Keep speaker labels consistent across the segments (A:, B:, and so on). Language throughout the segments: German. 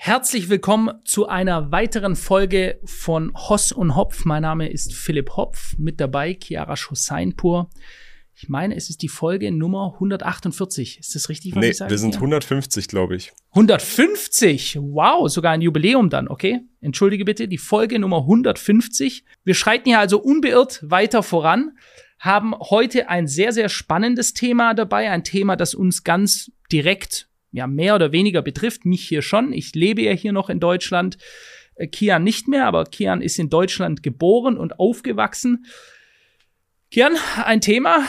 A: Herzlich willkommen zu einer weiteren Folge von Hoss und Hopf. Mein Name ist Philipp Hopf, mit dabei Kiarash Hossainpour. Ich meine, es ist die Folge Nummer 148. Ist das richtig, was ich sage?
B: Nee, wir sind 150, glaube ich.
A: 150? Wow, sogar ein Jubiläum dann, okay? Entschuldige bitte, die Folge Nummer 150. Wir schreiten hier also unbeirrt weiter voran, haben heute ein sehr, sehr spannendes Thema dabei. Ein Thema, das uns ganz direkt mehr oder weniger betrifft, mich hier schon. Ich lebe ja hier noch in Deutschland, Kian nicht mehr, aber Kian ist in Deutschland geboren und aufgewachsen. Kian, ein Thema,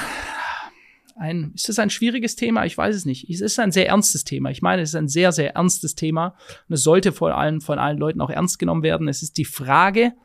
A: ist das ein schwieriges Thema? Ich weiß es nicht. Es ist ein sehr ernstes Thema. Ich meine, es ist ein sehr, sehr ernstes Thema und es sollte von allen Leuten auch ernst genommen werden. Es ist die Frage,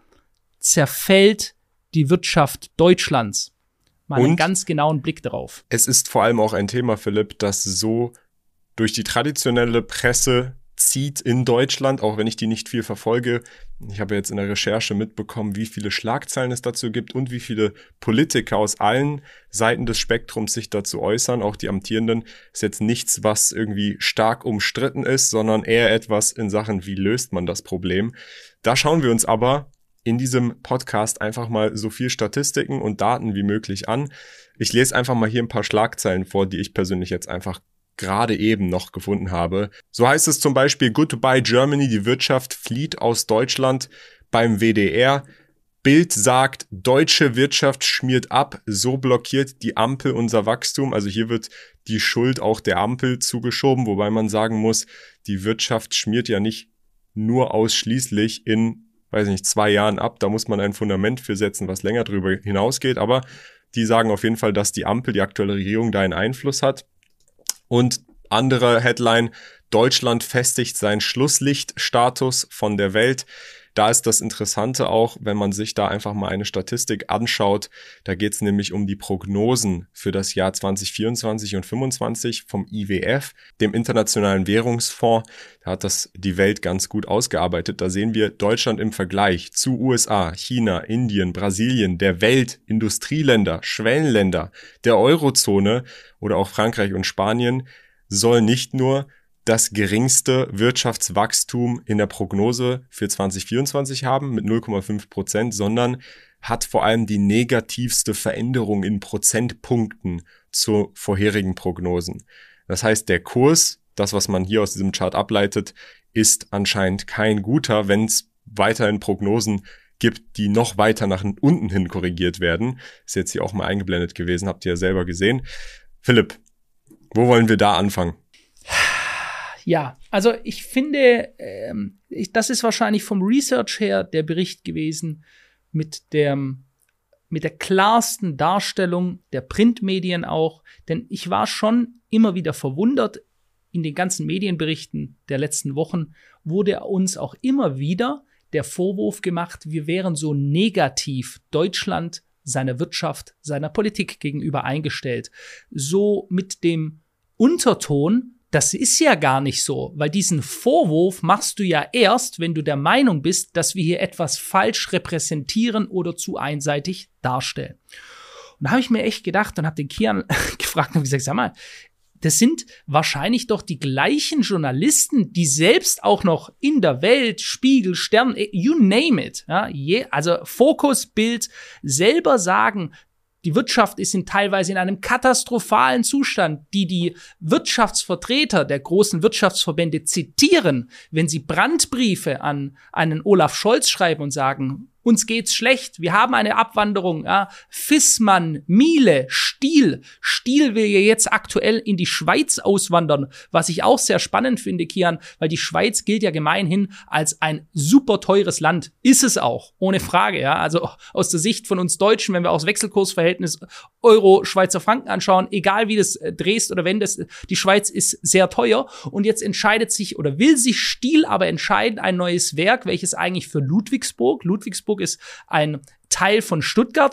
A: zerfällt die Wirtschaft Deutschlands? Mal einen ganz genauen Blick darauf.
B: Es ist vor allem auch ein Thema, Philipp, das so durch die traditionelle Presse zieht in Deutschland, auch wenn ich die nicht viel verfolge. Ich habe jetzt in der Recherche mitbekommen, wie viele Schlagzeilen es dazu gibt und wie viele Politiker aus allen Seiten des Spektrums sich dazu äußern. Auch die Amtierenden ist jetzt nichts, was irgendwie stark umstritten ist, sondern eher etwas in Sachen, wie löst man das Problem. Da schauen wir uns aber in diesem Podcast einfach mal so viel Statistiken und Daten wie möglich an. Ich lese einfach mal hier ein paar Schlagzeilen vor, die ich persönlich jetzt einfach gerade eben noch gefunden habe. So heißt es zum Beispiel: Goodbye Germany, die Wirtschaft flieht aus Deutschland beim WDR. Bild sagt, deutsche Wirtschaft schmiert ab, so blockiert die Ampel unser Wachstum. Also hier wird die Schuld auch der Ampel zugeschoben, wobei man sagen muss, die Wirtschaft schmiert ja nicht nur ausschließlich in, 2 Jahren ab. Da muss man ein Fundament für setzen, was länger darüber hinausgeht. Aber die sagen auf jeden Fall, dass die Ampel, die aktuelle Regierung, da einen Einfluss hat. Und andere Headline: Deutschland festigt seinen Schlusslichtstatus von der Welt. Da ist das Interessante auch, wenn man sich da einfach mal eine Statistik anschaut. Da geht es nämlich um die Prognosen für das Jahr 2024 und 2025 vom IWF, dem Internationalen Währungsfonds. Da hat das die Welt ganz gut ausgearbeitet. Da sehen wir Deutschland im Vergleich zu USA, China, Indien, Brasilien, der Welt, Industrieländer, Schwellenländer, der Eurozone oder auch Frankreich und Spanien soll nicht nur das geringste Wirtschaftswachstum in der Prognose für 2024 haben mit 0,5%, sondern hat vor allem die negativste Veränderung in Prozentpunkten zu vorherigen Prognosen. Das heißt, der Kurs, das, was man hier aus diesem Chart ableitet, ist anscheinend kein guter, wenn es weiterhin Prognosen gibt, die noch weiter nach unten hin korrigiert werden. Ist jetzt hier auch mal eingeblendet gewesen, habt ihr ja selber gesehen. Philipp, wo wollen wir da anfangen?
A: Ja, also ich finde, das ist wahrscheinlich vom Research her der Bericht gewesen mit der klarsten Darstellung der Printmedien auch. Denn ich war schon immer wieder verwundert, in den ganzen Medienberichten der letzten Wochen wurde uns auch immer wieder der Vorwurf gemacht, wir wären so negativ Deutschland, seiner Wirtschaft, seiner Politik gegenüber eingestellt. So mit dem Unterton: Das ist ja gar nicht so, weil diesen Vorwurf machst du ja erst, wenn du der Meinung bist, dass wir hier etwas falsch repräsentieren oder zu einseitig darstellen. Und da habe ich mir echt gedacht und habe den Kian gefragt und gesagt, sag mal, das sind wahrscheinlich doch die gleichen Journalisten, die selbst auch noch in der Welt, Spiegel, Stern, you name it, ja, also Fokus, Bild, selber sagen, die Wirtschaft ist teilweise in einem katastrophalen Zustand, die Wirtschaftsvertreter der großen Wirtschaftsverbände zitieren, wenn sie Brandbriefe an einen Olaf Scholz schreiben und sagen, uns geht's schlecht, wir haben eine Abwanderung, ja. Fissmann, Miele, Stiel will ja jetzt aktuell in die Schweiz auswandern, was ich auch sehr spannend finde, Kian, weil die Schweiz gilt ja gemeinhin als ein super teures Land. Ist es auch, ohne Frage, ja. Also aus der Sicht von uns Deutschen, wenn wir auch das Wechselkursverhältnis Euro, Schweizer Franken anschauen, egal wie das drehst oder wendest, die Schweiz ist sehr teuer und jetzt entscheidet sich oder will sich Stiel aber entscheiden, ein neues Werk, welches eigentlich für Ludwigsburg ist ein Teil von Stuttgart, ein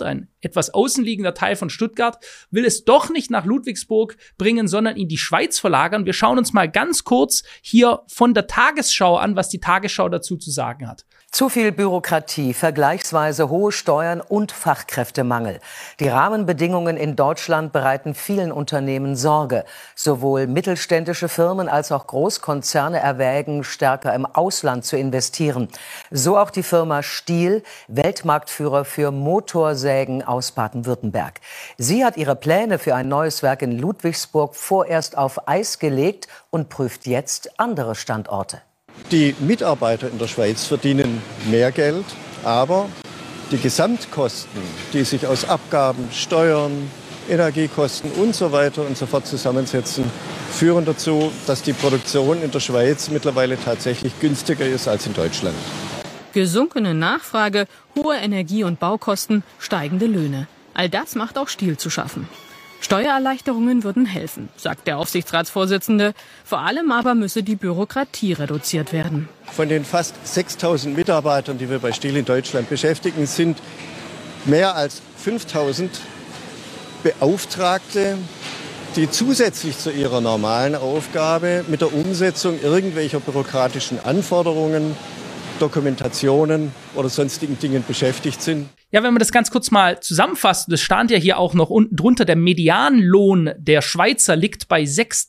A: etwas außenliegender Teil von Stuttgart, will es doch nicht nach Ludwigsburg bringen, sondern in die Schweiz verlagern. Wir schauen uns mal ganz kurz hier von der Tagesschau an, was die Tagesschau dazu zu sagen hat.
C: Zu viel Bürokratie, vergleichsweise hohe Steuern und Fachkräftemangel. Die Rahmenbedingungen in Deutschland bereiten vielen Unternehmen Sorge. Sowohl mittelständische Firmen als auch Großkonzerne erwägen, stärker im Ausland zu investieren. So auch die Firma Stihl, Weltmarktführer für Motorsägen aus Baden-Württemberg. Sie hat ihre Pläne für ein neues Werk in Ludwigsburg vorerst auf Eis gelegt und prüft jetzt andere Standorte.
D: Die Mitarbeiter in der Schweiz verdienen mehr Geld, aber die Gesamtkosten, die sich aus Abgaben, Steuern, Energiekosten und so weiter und so fort zusammensetzen, führen dazu, dass die Produktion in der Schweiz mittlerweile tatsächlich günstiger ist als in Deutschland.
E: Gesunkene Nachfrage, hohe Energie- und Baukosten, steigende Löhne. All das macht auch Stihl zu schaffen. Steuererleichterungen würden helfen, sagt der Aufsichtsratsvorsitzende. Vor allem aber müsse die Bürokratie reduziert werden.
D: Von den fast 6.000 Mitarbeitern, die wir bei Stihl in Deutschland beschäftigen, sind mehr als 5.000 Beauftragte, die zusätzlich zu ihrer normalen Aufgabe mit der Umsetzung irgendwelcher bürokratischen Anforderungen, Dokumentationen oder sonstigen Dingen beschäftigt sind.
A: Ja, wenn man das ganz kurz mal zusammenfasst, das stand ja hier auch noch unten drunter, der Medianlohn der Schweizer liegt bei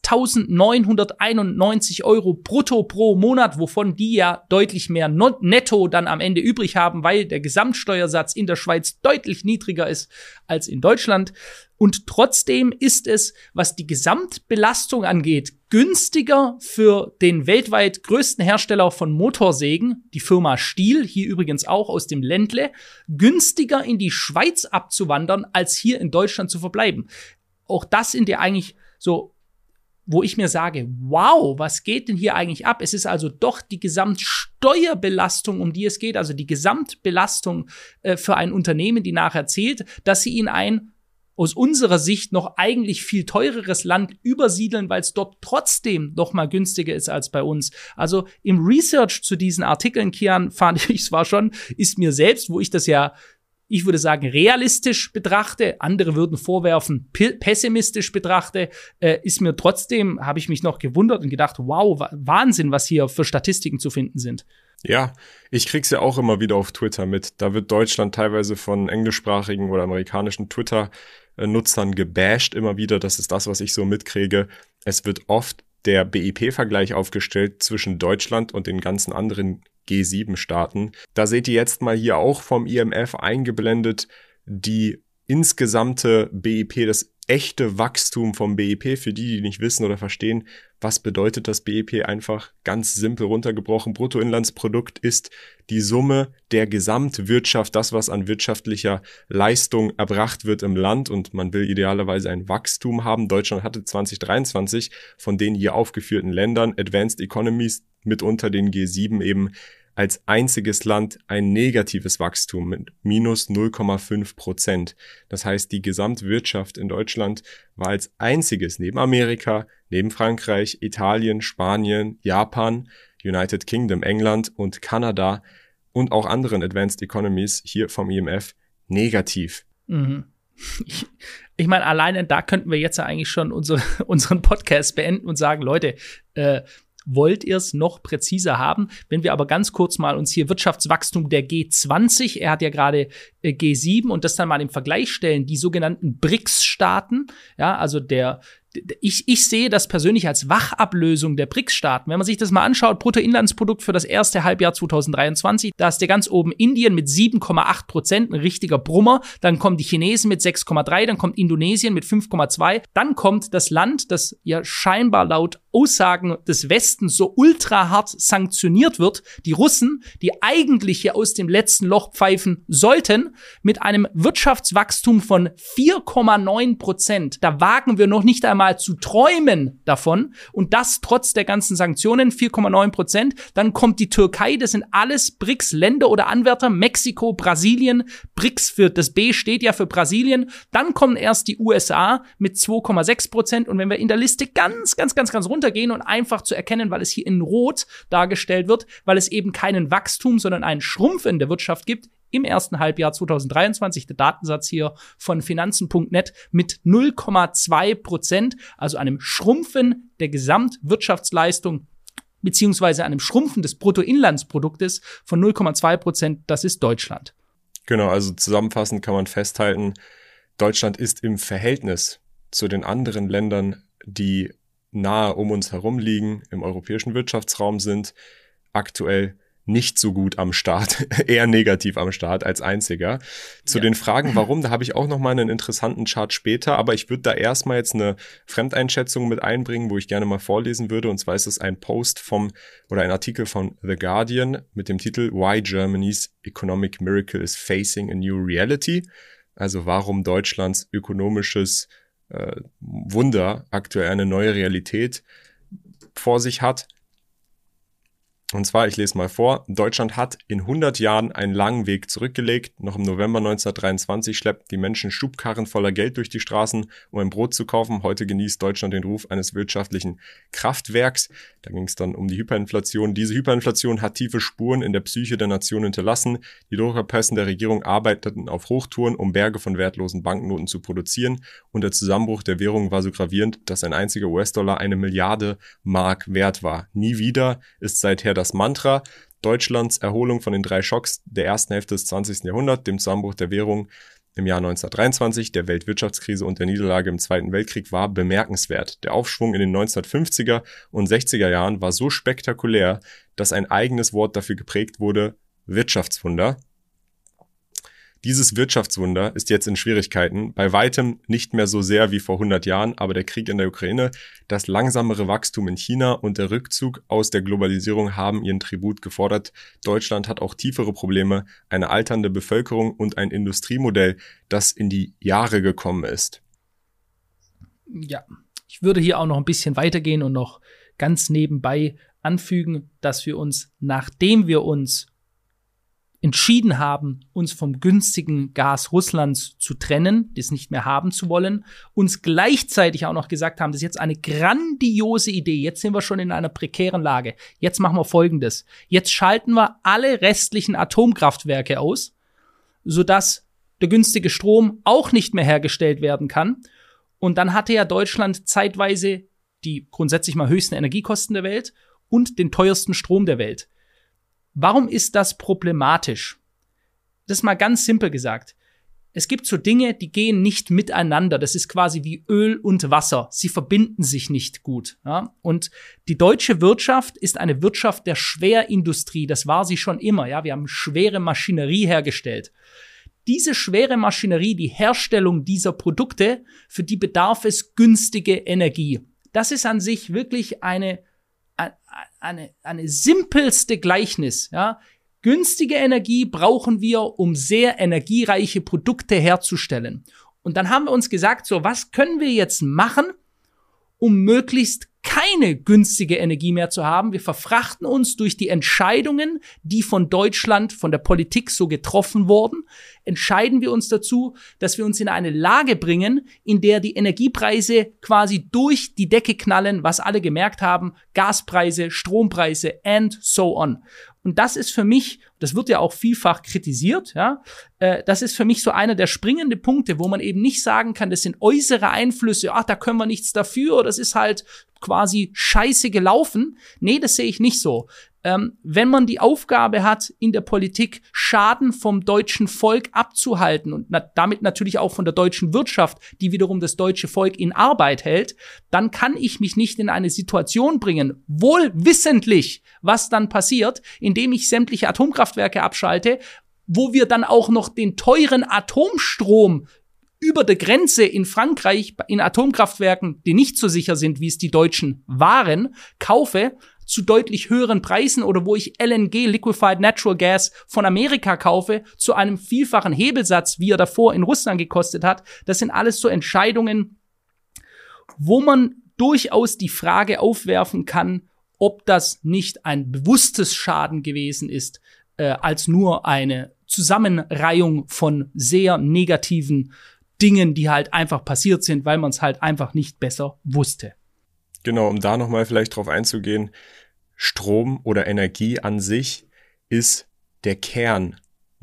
A: 6.991 € brutto pro Monat, wovon die ja deutlich mehr netto dann am Ende übrig haben, weil der Gesamtsteuersatz in der Schweiz deutlich niedriger ist als in Deutschland. Und trotzdem ist es, was die Gesamtbelastung angeht, günstiger für den weltweit größten Hersteller von Motorsägen, die Firma Stihl, hier übrigens auch aus dem Ländle, günstiger in die Schweiz abzuwandern, als hier in Deutschland zu verbleiben. Auch das sind ja eigentlich so, wo ich mir sage, wow, was geht denn hier eigentlich ab? Es ist also doch die Gesamtsteuerbelastung, um die es geht, also die Gesamtbelastung für ein Unternehmen, die nachher zählt, dass sie in ein aus unserer Sicht noch eigentlich viel teureres Land übersiedeln, weil es dort trotzdem noch mal günstiger ist als bei uns. Also im Research zu diesen Artikeln, Kian, fand ich zwar schon, ist mir selbst, wo ich das ja, ich würde sagen, realistisch betrachte, andere würden vorwerfen, pessimistisch betrachte, ist mir trotzdem, habe ich mich noch gewundert und gedacht, wow, Wahnsinn, was hier für Statistiken zu finden sind.
B: Ja, ich krieg's ja auch immer wieder auf Twitter mit. Da wird Deutschland teilweise von englischsprachigen oder amerikanischen Twitter-Nutzern gebasht immer wieder. Das ist das, was ich so mitkriege. Es wird oft der BIP-Vergleich aufgestellt zwischen Deutschland und den ganzen anderen G7-Staaten. Da seht ihr jetzt mal hier auch vom IMF eingeblendet die insgesamte BIP, das echte Wachstum vom BIP, für die nicht wissen oder verstehen, was bedeutet das BIP, einfach ganz simpel runtergebrochen. Bruttoinlandsprodukt ist die Summe der Gesamtwirtschaft, das, was an wirtschaftlicher Leistung erbracht wird im Land, und man will idealerweise ein Wachstum haben. Deutschland hatte 2023 von den hier aufgeführten Ländern, Advanced Economies, mitunter den G7 eben, als einziges Land ein negatives Wachstum mit minus 0,5%. Das heißt, die Gesamtwirtschaft in Deutschland war als einziges neben Amerika, neben Frankreich, Italien, Spanien, Japan, United Kingdom, England und Kanada und auch anderen Advanced Economies hier vom IMF negativ.
A: Mhm. Ich meine, alleine da könnten wir jetzt ja eigentlich schon unseren Podcast beenden und sagen, Leute, wollt ihr es noch präziser haben? Wenn wir aber ganz kurz mal uns hier Wirtschaftswachstum der G20, er hat ja gerade G7, und das dann mal im Vergleich stellen, die sogenannten BRICS-Staaten, ja, also ich sehe das persönlich als Wachablösung der BRICS-Staaten. Wenn man sich das mal anschaut, Bruttoinlandsprodukt für das erste Halbjahr 2023, da ist der ganz oben Indien mit 7,8%, ein richtiger Brummer. Dann kommen die Chinesen mit 6,3%, dann kommt Indonesien mit 5,2%. Dann kommt das Land, das ja scheinbar laut Aussagen des Westens so ultra hart sanktioniert wird, die Russen, die eigentlich hier aus dem letzten Loch pfeifen sollten, mit einem Wirtschaftswachstum von 4,9%. Da wagen wir noch nicht einmal zu träumen davon, und das trotz der ganzen Sanktionen, 4,9%. Dann kommt die Türkei, das sind alles BRICS-Länder oder Anwärter, Mexiko, Brasilien, BRICS für das B steht ja für Brasilien. Dann kommen erst die USA mit 2,6%, und wenn wir in der Liste ganz runtergehen und einfach zu erkennen, weil es hier in Rot dargestellt wird, weil es eben keinen Wachstum, sondern einen Schrumpf in der Wirtschaft gibt, im ersten Halbjahr 2023, der Datensatz hier von Finanzen.net, mit 0,2%, also einem Schrumpfen der Gesamtwirtschaftsleistung beziehungsweise einem Schrumpfen des Bruttoinlandsproduktes von 0,2%, das ist Deutschland.
B: Genau, also zusammenfassend kann man festhalten, Deutschland ist im Verhältnis zu den anderen Ländern, die nahe um uns herum liegen, im europäischen Wirtschaftsraum sind, aktuell nicht so gut am Start, eher negativ am Start als einziger. Zu den Fragen, warum, da habe ich auch nochmal einen interessanten Chart später, aber ich würde da erstmal jetzt eine Fremdeinschätzung mit einbringen, wo ich gerne mal vorlesen würde, und zwar ist es ein Post ein Artikel von The Guardian mit dem Titel Why Germany's Economic Miracle is Facing a New Reality, also warum Deutschlands ökonomisches Wunder aktuell eine neue Realität vor sich hat. Und zwar, ich lese mal vor, Deutschland hat in 100 Jahren einen langen Weg zurückgelegt. Noch im November 1923 schleppten die Menschen Schubkarren voller Geld durch die Straßen, um ein Brot zu kaufen. Heute genießt Deutschland den Ruf eines wirtschaftlichen Kraftwerks. Da ging es dann um die Hyperinflation. Diese Hyperinflation hat tiefe Spuren in der Psyche der Nation hinterlassen. Die Druckerpressen der Regierung arbeiteten auf Hochtouren, um Berge von wertlosen Banknoten zu produzieren. Und der Zusammenbruch der Währung war so gravierend, dass ein einziger US-Dollar 1 Milliarde Mark wert war. Nie wieder ist seither das Mantra Deutschlands Erholung von den 3 Schocks der ersten Hälfte des 20. Jahrhunderts, dem Zusammenbruch der Währung im Jahr 1923, der Weltwirtschaftskrise und der Niederlage im Zweiten Weltkrieg war bemerkenswert. Der Aufschwung in den 1950er und 60er Jahren war so spektakulär, dass ein eigenes Wort dafür geprägt wurde, Wirtschaftswunder. Dieses Wirtschaftswunder ist jetzt in Schwierigkeiten, bei weitem nicht mehr so sehr wie vor 100 Jahren, aber der Krieg in der Ukraine, das langsamere Wachstum in China und der Rückzug aus der Globalisierung haben ihren Tribut gefordert. Deutschland hat auch tiefere Probleme, eine alternde Bevölkerung und ein Industriemodell, das in die Jahre gekommen ist.
A: Ja, ich würde hier auch noch ein bisschen weitergehen und noch ganz nebenbei anfügen, dass wir uns, nachdem wir uns entschieden haben, uns vom günstigen Gas Russlands zu trennen, das nicht mehr haben zu wollen, uns gleichzeitig auch noch gesagt haben, das ist jetzt eine grandiose Idee, jetzt sind wir schon in einer prekären Lage, jetzt machen wir Folgendes, jetzt schalten wir alle restlichen Atomkraftwerke aus, sodass der günstige Strom auch nicht mehr hergestellt werden kann. Und dann hatte ja Deutschland zeitweise die grundsätzlich mal höchsten Energiekosten der Welt und den teuersten Strom der Welt. Warum ist das problematisch? Das ist mal ganz simpel gesagt. Es gibt so Dinge, die gehen nicht miteinander. Das ist quasi wie Öl und Wasser. Sie verbinden sich nicht gut. Ja? Und die deutsche Wirtschaft ist eine Wirtschaft der Schwerindustrie. Das war sie schon immer. Ja? Wir haben schwere Maschinerie hergestellt. Diese schwere Maschinerie, die Herstellung dieser Produkte, für die bedarf es günstige Energie. Das ist an sich wirklich eine simpelste Gleichnis, ja. Günstige Energie brauchen wir, um sehr energiereiche Produkte herzustellen. Und dann haben wir uns gesagt, so, was können wir jetzt machen, um möglichst keine günstige Energie mehr zu haben? Wir verfrachten uns durch die Entscheidungen, die von Deutschland, von der Politik so getroffen wurden, entscheiden wir uns dazu, dass wir uns in eine Lage bringen, in der die Energiepreise quasi durch die Decke knallen, was alle gemerkt haben, Gaspreise, Strompreise and so on. Und das ist für mich, das wird ja auch vielfach kritisiert, ja, das ist für mich so einer der springenden Punkte, wo man eben nicht sagen kann, das sind äußere Einflüsse, ach, da können wir nichts dafür, das ist halt quasi scheiße gelaufen. Nee, das sehe ich nicht so. Wenn man die Aufgabe hat, in der Politik Schaden vom deutschen Volk abzuhalten und damit natürlich auch von der deutschen Wirtschaft, die wiederum das deutsche Volk in Arbeit hält, dann kann ich mich nicht in eine Situation bringen, wohl wissentlich, was dann passiert, indem ich sämtliche Atomkraftwerke abschalte, wo wir dann auch noch den teuren Atomstrom über der Grenze in Frankreich in Atomkraftwerken, die nicht so sicher sind, wie es die Deutschen waren, kaufe, zu deutlich höheren Preisen, oder wo ich LNG, Liquefied Natural Gas, von Amerika kaufe, zu einem vielfachen Hebelsatz, wie er davor in Russland gekostet hat. Das sind alles so Entscheidungen, wo man durchaus die Frage aufwerfen kann, ob das nicht ein bewusstes Schaden gewesen ist, als nur eine Zusammenreihung von sehr negativen Dingen, die halt einfach passiert sind, weil man es halt einfach nicht besser wusste.
B: Genau, um da nochmal vielleicht drauf einzugehen, Strom oder Energie an sich ist der Kern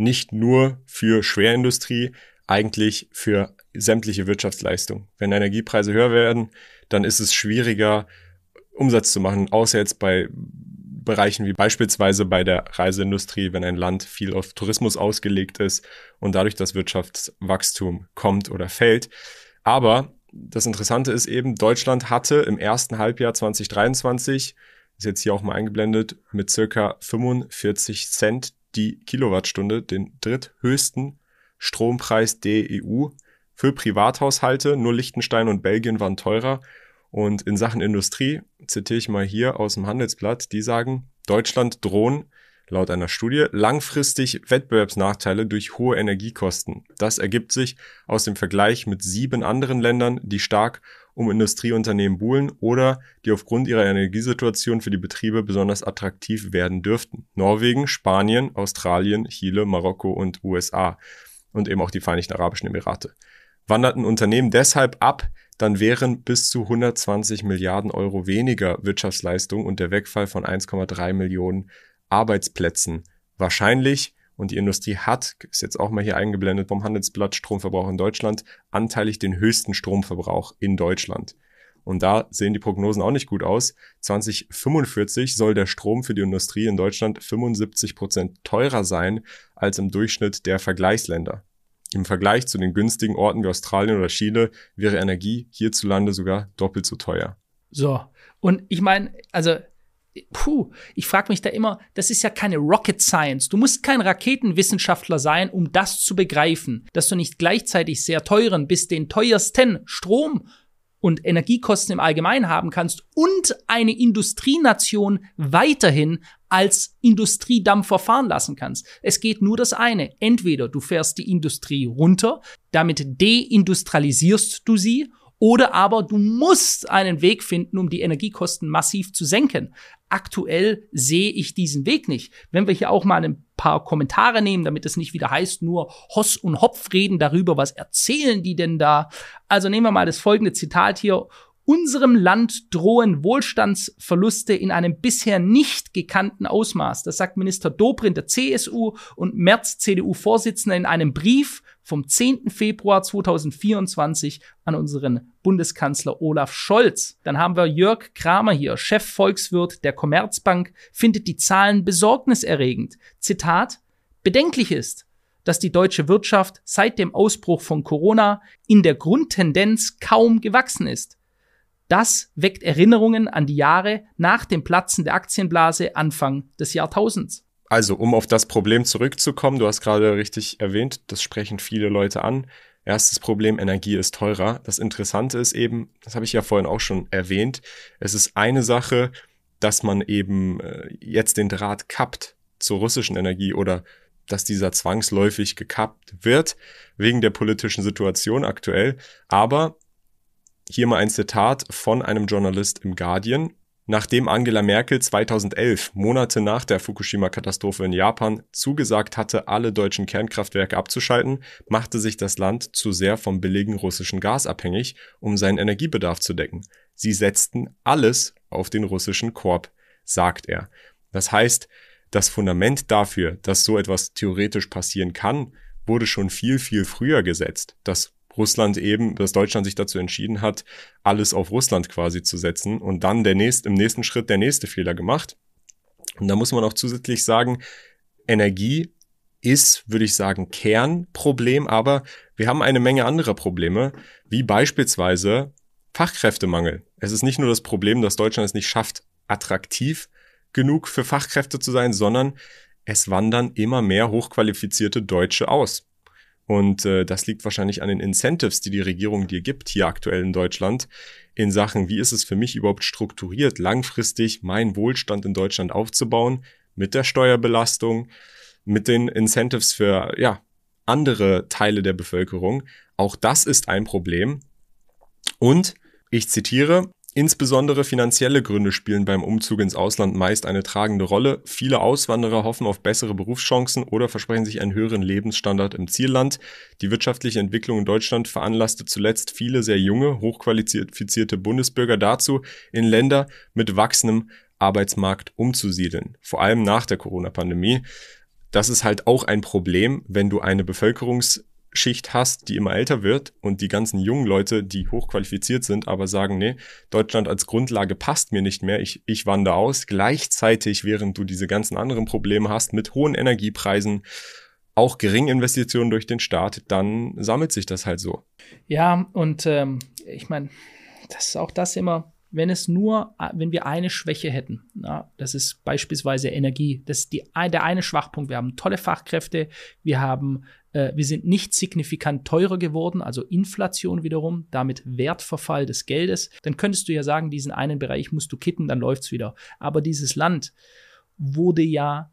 B: nicht nur für Schwerindustrie, eigentlich für sämtliche Wirtschaftsleistung. Wenn Energiepreise höher werden, dann ist es schwieriger, Umsatz zu machen, außer jetzt bei Bereichen wie beispielsweise bei der Reiseindustrie, wenn ein Land viel auf Tourismus ausgelegt ist und dadurch das Wirtschaftswachstum kommt oder fällt. Aber das Interessante ist eben, Deutschland hatte im ersten Halbjahr 2023, ist jetzt hier auch mal eingeblendet, mit circa 45 Cent die Kilowattstunde den dritthöchsten Strompreis der EU für Privathaushalte. Nur Liechtenstein und Belgien waren teurer. Und in Sachen Industrie, zitiere ich mal hier aus dem Handelsblatt, die sagen, Deutschland drohen laut einer Studie langfristig Wettbewerbsnachteile durch hohe Energiekosten. Das ergibt sich aus dem Vergleich mit 7 anderen Ländern, die stark um Industrieunternehmen buhlen oder die aufgrund ihrer Energiesituation für die Betriebe besonders attraktiv werden dürften. Norwegen, Spanien, Australien, Chile, Marokko und USA und eben auch die Vereinigten Arabischen Emirate. Wanderten Unternehmen deshalb ab, dann wären bis zu 120 Milliarden Euro weniger Wirtschaftsleistung und der Wegfall von 1,3 Millionen Arbeitsplätzen wahrscheinlich. Und die Industrie hat, ist jetzt auch mal hier eingeblendet vom Handelsblatt, Stromverbrauch in Deutschland, anteilig den höchsten Stromverbrauch in Deutschland. Und da sehen die Prognosen auch nicht gut aus. 2045 soll der Strom für die Industrie in Deutschland 75% teurer sein als im Durchschnitt der Vergleichsländer. Im Vergleich zu den günstigen Orten wie Australien oder Chile wäre Energie hierzulande sogar doppelt so teuer.
A: So, und ich meine, also, ich frage mich da immer, das ist ja keine Rocket Science. Du musst kein Raketenwissenschaftler sein, um das zu begreifen, dass du nicht gleichzeitig sehr teuren bis den teuersten Strom und Energiekosten im Allgemeinen haben kannst und eine Industrienation weiterhin als Industriedampfer fahren lassen kannst. Es geht nur das eine. Entweder du fährst die Industrie runter, damit deindustrialisierst du sie, oder aber du musst einen Weg finden, um die Energiekosten massiv zu senken. Aktuell sehe ich diesen Weg nicht. Wenn wir hier auch mal ein paar Kommentare nehmen, damit es nicht wieder heißt, nur Hoss und Hopf reden darüber, was erzählen die denn da? Also nehmen wir mal das folgende Zitat hier. Unserem Land drohen Wohlstandsverluste in einem bisher nicht gekannten Ausmaß. Das sagt Minister Dobrindt der CSU und Merz CDU-Vorsitzender in einem Brief vom 10. Februar 2024 an unseren Bundeskanzler Olaf Scholz. Dann haben wir Jörg Kramer hier, Chefvolkswirt der Commerzbank, findet die Zahlen besorgniserregend. Zitat: Bedenklich ist, dass die deutsche Wirtschaft seit dem Ausbruch von Corona in der Grundtendenz kaum gewachsen ist. Das weckt Erinnerungen an die Jahre nach dem Platzen der Aktienblase Anfang des Jahrtausends.
B: Also, um auf das Problem zurückzukommen, du hast gerade richtig erwähnt, das sprechen viele Leute an. Erstes Problem, Energie ist teurer. Das Interessante ist eben, das habe ich ja vorhin auch schon erwähnt, es ist eine Sache, dass man eben jetzt den Draht kappt zur russischen Energie oder dass dieser zwangsläufig gekappt wird, wegen der politischen Situation aktuell. Aber hier mal ein Zitat von einem Journalist im Guardian. Nachdem Angela Merkel 2011, Monate nach der Fukushima-Katastrophe in Japan, zugesagt hatte, alle deutschen Kernkraftwerke abzuschalten, machte sich das Land zu sehr vom billigen russischen Gas abhängig, um seinen Energiebedarf zu decken. Sie setzten alles auf den russischen Korb, sagt er. Das heißt, das Fundament dafür, dass so etwas theoretisch passieren kann, wurde schon viel, viel früher gesetzt. Dass Deutschland sich dazu entschieden hat, alles auf Russland quasi zu setzen und dann im nächsten Schritt der nächste Fehler gemacht. Und da muss man auch zusätzlich sagen, Energie ist, würde ich sagen, Kernproblem, aber wir haben eine Menge anderer Probleme, wie beispielsweise Fachkräftemangel. Es ist nicht nur das Problem, dass Deutschland es nicht schafft, attraktiv genug für Fachkräfte zu sein, sondern es wandern immer mehr hochqualifizierte Deutsche aus. Und das liegt wahrscheinlich an den Incentives, die die Regierung dir gibt, hier aktuell in Deutschland, in Sachen, wie ist es für mich überhaupt strukturiert, langfristig meinen Wohlstand in Deutschland aufzubauen, mit der Steuerbelastung, mit den Incentives für andere Teile der Bevölkerung. Auch das ist ein Problem. Und, ich zitiere, insbesondere finanzielle Gründe spielen beim Umzug ins Ausland meist eine tragende Rolle. Viele Auswanderer hoffen auf bessere Berufschancen oder versprechen sich einen höheren Lebensstandard im Zielland. Die wirtschaftliche Entwicklung in Deutschland veranlasste zuletzt viele sehr junge, hochqualifizierte Bundesbürger dazu, in Länder mit wachsendem Arbeitsmarkt umzusiedeln. Vor allem nach der Corona-Pandemie. das ist halt auch ein Problem, wenn du eine Bevölkerungsschicht hast, die immer älter wird und die ganzen jungen Leute, die hochqualifiziert sind, aber sagen, nee, Deutschland als Grundlage passt mir nicht mehr, ich wandere aus. Gleichzeitig, während du diese ganzen anderen Probleme hast mit hohen Energiepreisen, auch geringe Investitionen durch den Staat, dann sammelt sich das halt so.
A: Ja, und ich meine, das ist auch das immer, wenn wir eine Schwäche hätten, ja, das ist beispielsweise Energie, das ist der eine Schwachpunkt. Wir haben tolle Fachkräfte, wir sind nicht signifikant teurer geworden, also Inflation wiederum, damit Wertverfall des Geldes. Dann könntest du ja sagen, diesen einen Bereich musst du kitten, dann läuft's wieder. Aber dieses Land wurde ja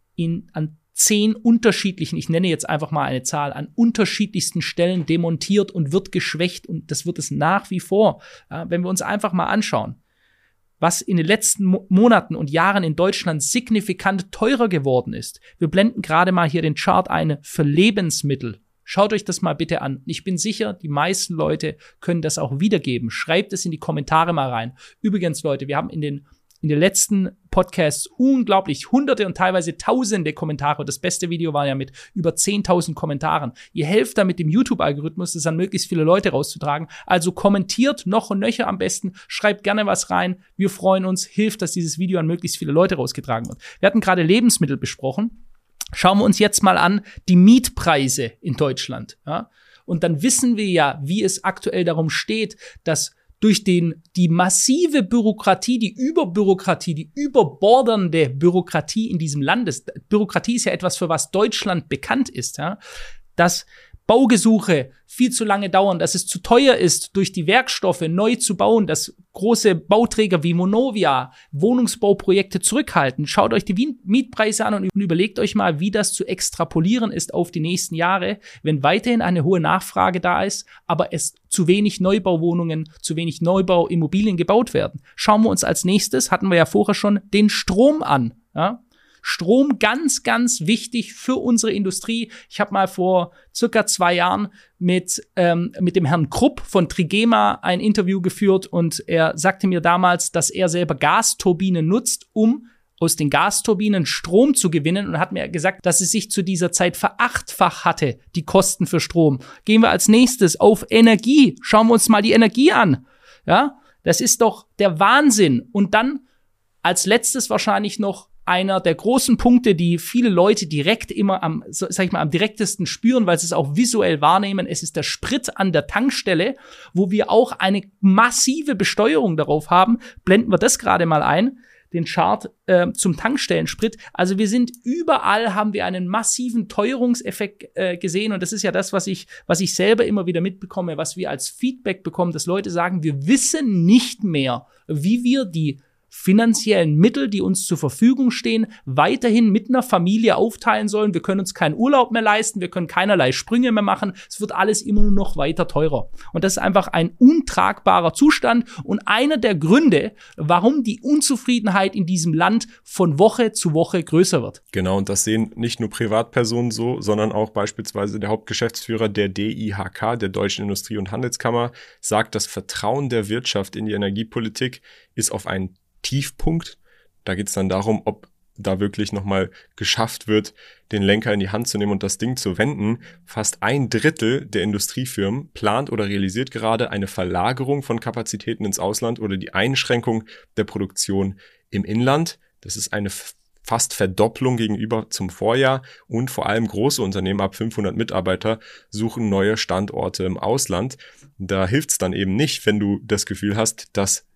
A: an 10 unterschiedlichen, ich nenne jetzt einfach mal eine Zahl, an unterschiedlichsten Stellen demontiert und wird geschwächt und das wird es nach wie vor. Ja, wenn wir uns einfach mal anschauen, was in den letzten Monaten und Jahren in Deutschland signifikant teurer geworden ist. Wir blenden gerade mal hier den Chart ein für Lebensmittel. Schaut euch das mal bitte an. Ich bin sicher, die meisten Leute können das auch wiedergeben. Schreibt es in die Kommentare mal rein. Übrigens, Leute, wir haben in den letzten Podcasts unglaublich Hunderte und teilweise Tausende Kommentare. Das beste Video war ja mit über 10.000 Kommentaren. Ihr helft damit dem YouTube-Algorithmus, das an möglichst viele Leute rauszutragen. Also kommentiert noch und nöcher am besten. Schreibt gerne was rein. Wir freuen uns. Hilft, dass dieses Video an möglichst viele Leute rausgetragen wird. Wir hatten gerade Lebensmittel besprochen. Schauen wir uns jetzt mal an die Mietpreise in Deutschland. Ja? Und dann wissen wir ja, wie es aktuell darum steht, dass durch die massive Bürokratie, die Überbürokratie, die überbordernde Bürokratie in diesem Land ist. Bürokratie ist ja etwas, für was Deutschland bekannt ist, ja, dass Baugesuche viel zu lange dauern, dass es zu teuer ist, durch die Werkstoffe neu zu bauen, dass große Bauträger wie Vonovia Wohnungsbauprojekte zurückhalten. Schaut euch die Mietpreise an und überlegt euch mal, wie das zu extrapolieren ist auf die nächsten Jahre, wenn weiterhin eine hohe Nachfrage da ist, aber es zu wenig Neubauwohnungen, zu wenig Neubauimmobilien gebaut werden. Schauen wir uns als nächstes, hatten wir ja vorher schon, den Strom an, ja. Strom ganz, ganz wichtig für unsere Industrie. Ich habe mal vor circa 2 Jahren mit dem Herrn Krupp von Trigema ein Interview geführt und er sagte mir damals, dass er selber Gasturbinen nutzt, um aus den Gasturbinen Strom zu gewinnen und hat mir gesagt, dass es sich zu dieser Zeit verachtfacht hatte, die Kosten für Strom. Gehen wir als nächstes auf Energie. Schauen wir uns mal die Energie an. Ja, das ist doch der Wahnsinn. Und dann als letztes wahrscheinlich noch einer der großen Punkte, die viele Leute direkt immer am direktesten spüren, weil sie es auch visuell wahrnehmen. Es ist der Sprit an der Tankstelle, wo wir auch eine massive Besteuerung darauf haben. Blenden wir das gerade mal ein, den Chart zum Tankstellensprit. Also wir sind überall, haben wir einen massiven Teuerungseffekt gesehen. Und das ist ja das, was ich selber immer wieder mitbekomme, was wir als Feedback bekommen, dass Leute sagen, wir wissen nicht mehr, wie wir die finanziellen Mittel, die uns zur Verfügung stehen, weiterhin mit einer Familie aufteilen sollen. Wir können uns keinen Urlaub mehr leisten, wir können keinerlei Sprünge mehr machen. Es wird alles immer nur noch weiter teurer. Und das ist einfach ein untragbarer Zustand und einer der Gründe, warum die Unzufriedenheit in diesem Land von Woche zu Woche größer wird.
B: Genau, und das sehen nicht nur Privatpersonen so, sondern auch beispielsweise der Hauptgeschäftsführer der DIHK, der Deutschen Industrie- und Handelskammer, sagt, das Vertrauen der Wirtschaft in die Energiepolitik ist auf einen Tiefpunkt. Da geht es dann darum, ob da wirklich nochmal geschafft wird, den Lenker in die Hand zu nehmen und das Ding zu wenden. Fast 1/3 der Industriefirmen plant oder realisiert gerade eine Verlagerung von Kapazitäten ins Ausland oder die Einschränkung der Produktion im Inland. Das ist eine fast Verdopplung gegenüber zum Vorjahr und vor allem große Unternehmen ab 500 Mitarbeiter suchen neue Standorte im Ausland. Da hilft es dann eben nicht, wenn du das Gefühl hast, dass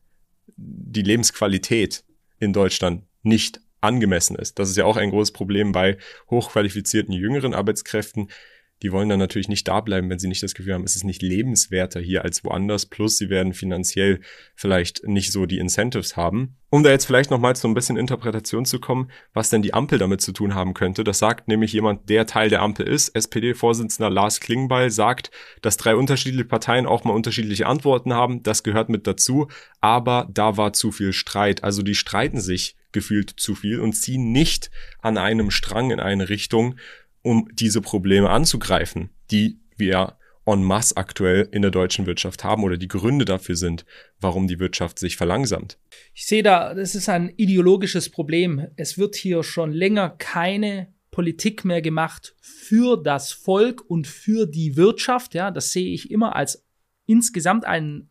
B: die Lebensqualität in Deutschland nicht angemessen ist. Das ist ja auch ein großes Problem bei hochqualifizierten jüngeren Arbeitskräften. Die wollen dann natürlich nicht da bleiben, wenn sie nicht das Gefühl haben, es ist nicht lebenswerter hier als woanders. Plus sie werden finanziell vielleicht nicht so die Incentives haben. Um da jetzt vielleicht nochmal zu ein bisschen Interpretation zu kommen, was denn die Ampel damit zu tun haben könnte. Das sagt nämlich jemand, der Teil der Ampel ist. SPD-Vorsitzender Lars Klingbeil sagt, dass 3 unterschiedliche Parteien auch mal unterschiedliche Antworten haben. Das gehört mit dazu. Aber da war zu viel Streit. Also die streiten sich gefühlt zu viel und ziehen nicht an einem Strang in eine Richtung, um diese Probleme anzugreifen, die wir en masse aktuell in der deutschen Wirtschaft haben oder die Gründe dafür sind, warum die Wirtschaft sich verlangsamt.
A: Ich sehe da, das ist ein ideologisches Problem. Es wird hier schon länger keine Politik mehr gemacht für das Volk und für die Wirtschaft. Ja, das sehe ich immer als insgesamt ein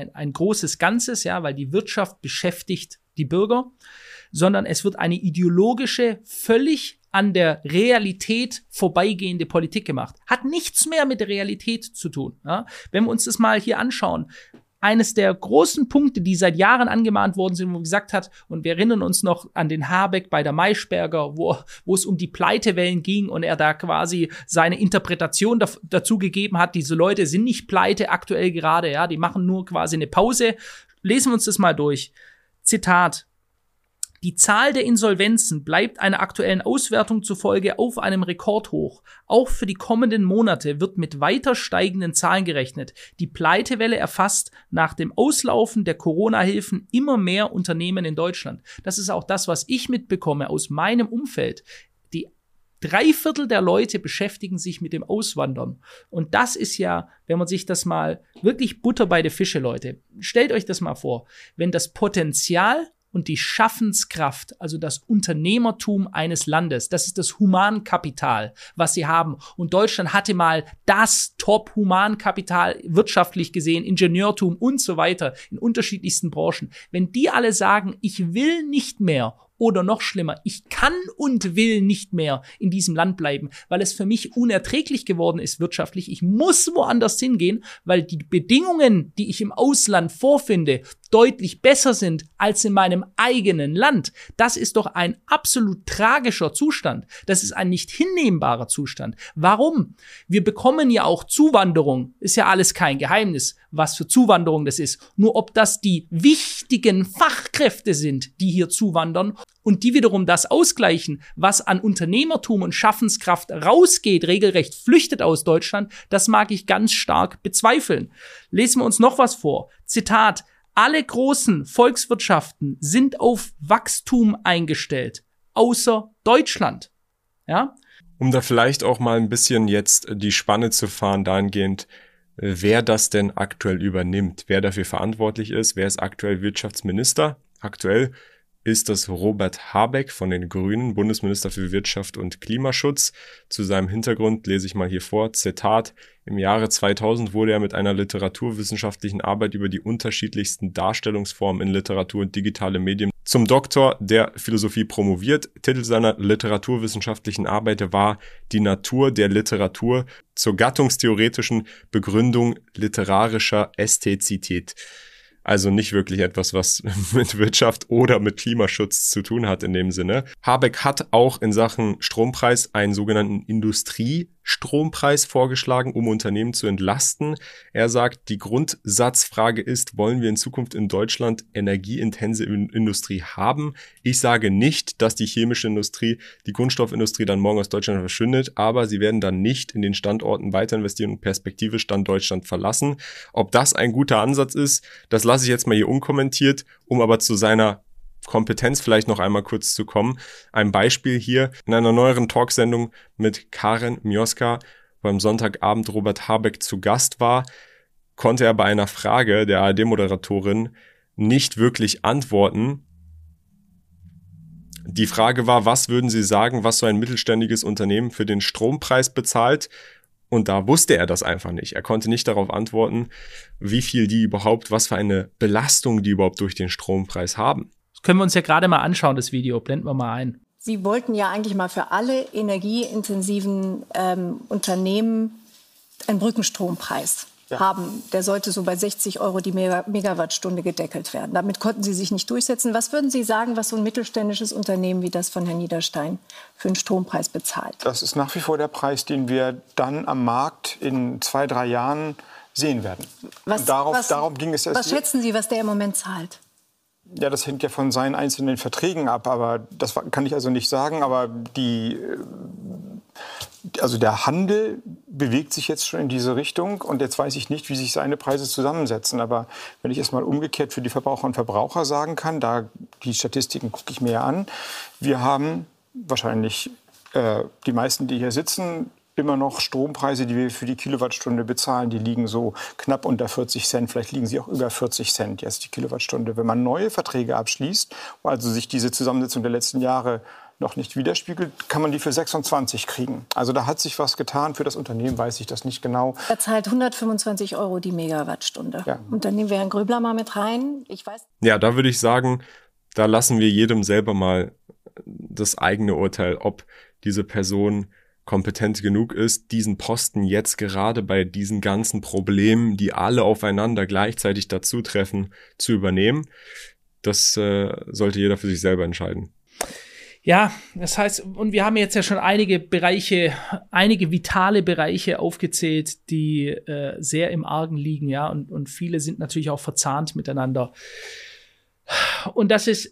A: großes Ganzes, ja, weil die Wirtschaft beschäftigt die Bürger, sondern es wird eine ideologische, völlig an der Realität vorbeigehende Politik gemacht. Hat nichts mehr mit der Realität zu tun. Ja? Wenn wir uns das mal hier anschauen, eines der großen Punkte, die seit Jahren angemahnt worden sind, wo man gesagt hat, und wir erinnern uns noch an den Habeck bei der Maischberger, wo es um die Pleitewellen ging und er da quasi seine Interpretation dazu gegeben hat, diese Leute sind nicht pleite aktuell gerade, ja, die machen nur quasi eine Pause. Lesen wir uns das mal durch. Zitat: Die Zahl der Insolvenzen bleibt einer aktuellen Auswertung zufolge auf einem Rekordhoch. Auch für die kommenden Monate wird mit weiter steigenden Zahlen gerechnet. Die Pleitewelle erfasst nach dem Auslaufen der Corona-Hilfen immer mehr Unternehmen in Deutschland. Das ist auch das, was ich mitbekomme aus meinem Umfeld. Die 3/4 der Leute beschäftigen sich mit dem Auswandern. Und das ist ja, wenn man sich das mal wirklich Butter bei den Fische, Leute. Stellt euch das mal vor. Wenn das Potenzial und die Schaffenskraft, also das Unternehmertum eines Landes, das ist das Humankapital, was sie haben. Und Deutschland hatte mal das Top-Humankapital wirtschaftlich gesehen, Ingenieurtum und so weiter in unterschiedlichsten Branchen. Wenn die alle sagen, ich will nicht mehr oder noch schlimmer, ich kann und will nicht mehr in diesem Land bleiben, weil es für mich unerträglich geworden ist wirtschaftlich. Ich muss woanders hingehen, weil die Bedingungen, die ich im Ausland vorfinde, deutlich besser sind als in meinem eigenen Land. Das ist doch ein absolut tragischer Zustand. Das ist ein nicht hinnehmbarer Zustand. Warum? Wir bekommen ja auch Zuwanderung. Ist ja alles kein Geheimnis, was für Zuwanderung das ist. Nur ob das die wichtigen Fachkräfte sind, die hier zuwandern und die wiederum das ausgleichen, was an Unternehmertum und Schaffenskraft rausgeht, regelrecht flüchtet aus Deutschland, das mag ich ganz stark bezweifeln. Lesen wir uns noch was vor. Zitat: Alle großen Volkswirtschaften sind auf Wachstum eingestellt, außer Deutschland. Ja?
B: Um da vielleicht auch mal ein bisschen jetzt die Spanne zu fahren dahingehend, wer das denn aktuell übernimmt, wer dafür verantwortlich ist, wer ist aktuell Wirtschaftsminister. Aktuell ist das Robert Habeck von den Grünen, Bundesminister für Wirtschaft und Klimaschutz. Zu seinem Hintergrund lese ich mal hier vor, Zitat: Im Jahre 2000 wurde er mit einer literaturwissenschaftlichen Arbeit über die unterschiedlichsten Darstellungsformen in Literatur und digitale Medien zum Doktor der Philosophie promoviert. Titel seiner literaturwissenschaftlichen Arbeit war Die Natur der Literatur zur gattungstheoretischen Begründung literarischer Ästhetizität. Also nicht wirklich etwas, was mit Wirtschaft oder mit Klimaschutz zu tun hat in dem Sinne. Habeck hat auch in Sachen Strompreis einen sogenannten Industriestrompreis vorgeschlagen, um Unternehmen zu entlasten. Er sagt, die Grundsatzfrage ist, wollen wir in Zukunft in Deutschland energieintensive Industrie haben? Ich sage nicht, dass die chemische Industrie, die Grundstoffindustrie dann morgen aus Deutschland verschwindet, aber sie werden dann nicht in den Standorten weiter investieren und perspektivisch dann Deutschland verlassen. Ob das ein guter Ansatz ist, das lasse ich jetzt mal hier unkommentiert, um aber zu seiner Kompetenz vielleicht noch einmal kurz zu kommen. Ein Beispiel hier in einer neueren Talksendung mit Karen Mioska, wo am Sonntagabend Robert Habeck zu Gast war, konnte er bei einer Frage der ARD-Moderatorin nicht wirklich antworten. Die Frage war, was würden Sie sagen, was so ein mittelständiges Unternehmen für den Strompreis bezahlt? Und da wusste er das einfach nicht. Er konnte nicht darauf antworten, wie viel die überhaupt, was für eine Belastung die überhaupt durch den Strompreis haben.
A: Das können wir uns ja gerade mal anschauen, das Video. Blenden wir mal ein.
F: Sie wollten ja eigentlich mal für alle energieintensiven Unternehmen einen Brückenstrompreis haben. Der sollte so bei 60 € die Megawattstunde gedeckelt werden. Damit konnten Sie sich nicht durchsetzen. Was würden Sie sagen, was so ein mittelständisches Unternehmen wie das von Herrn Niederstein für einen Strompreis bezahlt?
G: Das ist nach wie vor der Preis, den wir dann am Markt in 2-3 Jahren sehen werden. Darum ging es.
F: Was schätzen Sie, was der im Moment zahlt?
G: Ja, das hängt ja von seinen einzelnen Verträgen ab, aber das kann ich also nicht sagen. Aber der Handel bewegt sich jetzt schon in diese Richtung und jetzt weiß ich nicht, wie sich seine Preise zusammensetzen. Aber wenn ich es mal umgekehrt für die Verbraucher und Verbraucher sagen kann, die Statistiken gucke ich mir ja an, wir haben wahrscheinlich die meisten, die hier sitzen, immer noch Strompreise, die wir für die Kilowattstunde bezahlen, die liegen so knapp unter 40 Cent. Vielleicht liegen sie auch über 40 Cent jetzt die Kilowattstunde. Wenn man neue Verträge abschließt, wo also sich diese Zusammensetzung der letzten Jahre noch nicht widerspiegelt, kann man die für 26 kriegen. Also da hat sich was getan. Für das Unternehmen weiß ich das nicht genau.
F: Er zahlt 125 € die Megawattstunde. Ja. Und dann nehmen wir Herrn Gröbler mal mit rein. Ich weiß.
B: Ja, da würde ich sagen, da lassen wir jedem selber mal das eigene Urteil, ob diese Person kompetent genug ist, diesen Posten jetzt gerade bei diesen ganzen Problemen, die alle aufeinander gleichzeitig dazu treffen, zu übernehmen. Das sollte jeder für sich selber entscheiden.
A: Ja, das heißt, und wir haben jetzt ja schon einige vitale Bereiche aufgezählt, die sehr im Argen liegen, ja, und viele sind natürlich auch verzahnt miteinander. Und das ist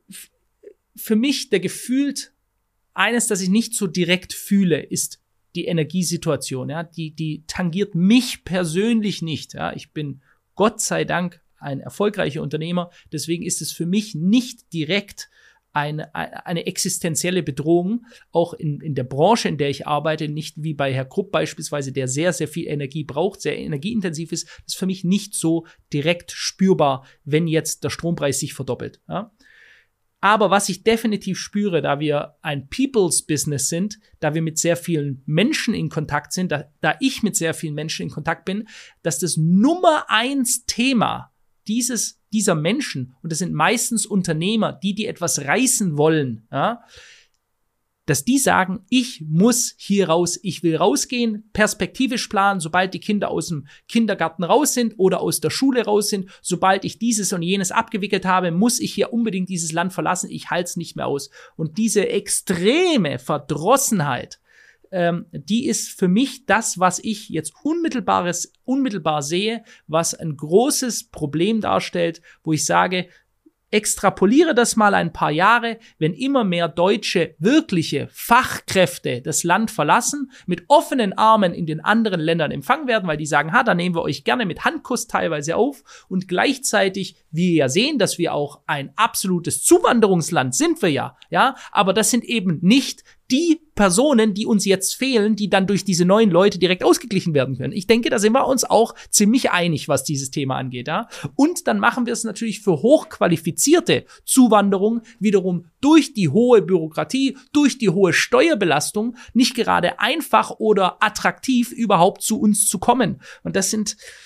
A: für mich der gefühlt eines, das ich nicht so direkt fühle, ist die Energiesituation, ja, die tangiert mich persönlich nicht, ja. Ich bin Gott sei Dank ein erfolgreicher Unternehmer, deswegen ist es für mich nicht direkt eine existenzielle Bedrohung, auch in der Branche, in der ich arbeite, nicht wie bei Herr Krupp beispielsweise, der sehr, sehr viel Energie braucht, sehr energieintensiv ist. Das ist für mich nicht so direkt spürbar, wenn jetzt der Strompreis sich verdoppelt. Ja? Aber was ich definitiv spüre, da wir ein People's Business sind, da wir mit sehr vielen Menschen in Kontakt sind, da ich mit sehr vielen Menschen in Kontakt bin, dass das Nummer 1 Thema dieser Menschen, und das sind meistens Unternehmer, die etwas reißen wollen, ja, dass die sagen, ich muss hier raus, ich will rausgehen, perspektivisch planen, sobald die Kinder aus dem Kindergarten raus sind oder aus der Schule raus sind, sobald ich dieses und jenes abgewickelt habe, muss ich hier unbedingt dieses Land verlassen, ich halte es nicht mehr aus. Und diese extreme Verdrossenheit, die ist für mich das, was ich jetzt unmittelbar sehe, was ein großes Problem darstellt, wo ich sage, extrapoliere das mal ein paar Jahre, wenn immer mehr deutsche, wirkliche Fachkräfte das Land verlassen, mit offenen Armen in den anderen Ländern empfangen werden, weil die sagen, da nehmen wir euch gerne mit Handkuss teilweise auf, und gleichzeitig wir ja sehen, dass wir auch ein absolutes Zuwanderungsland sind wir ja, aber das sind eben nicht die Personen, die uns jetzt fehlen, die dann durch diese neuen Leute direkt ausgeglichen werden können. Ich denke, da sind wir uns auch ziemlich einig, was dieses Thema angeht. Ja? Und dann machen wir es natürlich für hochqualifizierte Zuwanderung wiederum durch die hohe Bürokratie, durch die hohe Steuerbelastung nicht gerade einfach oder attraktiv, überhaupt zu uns zu kommen. Und es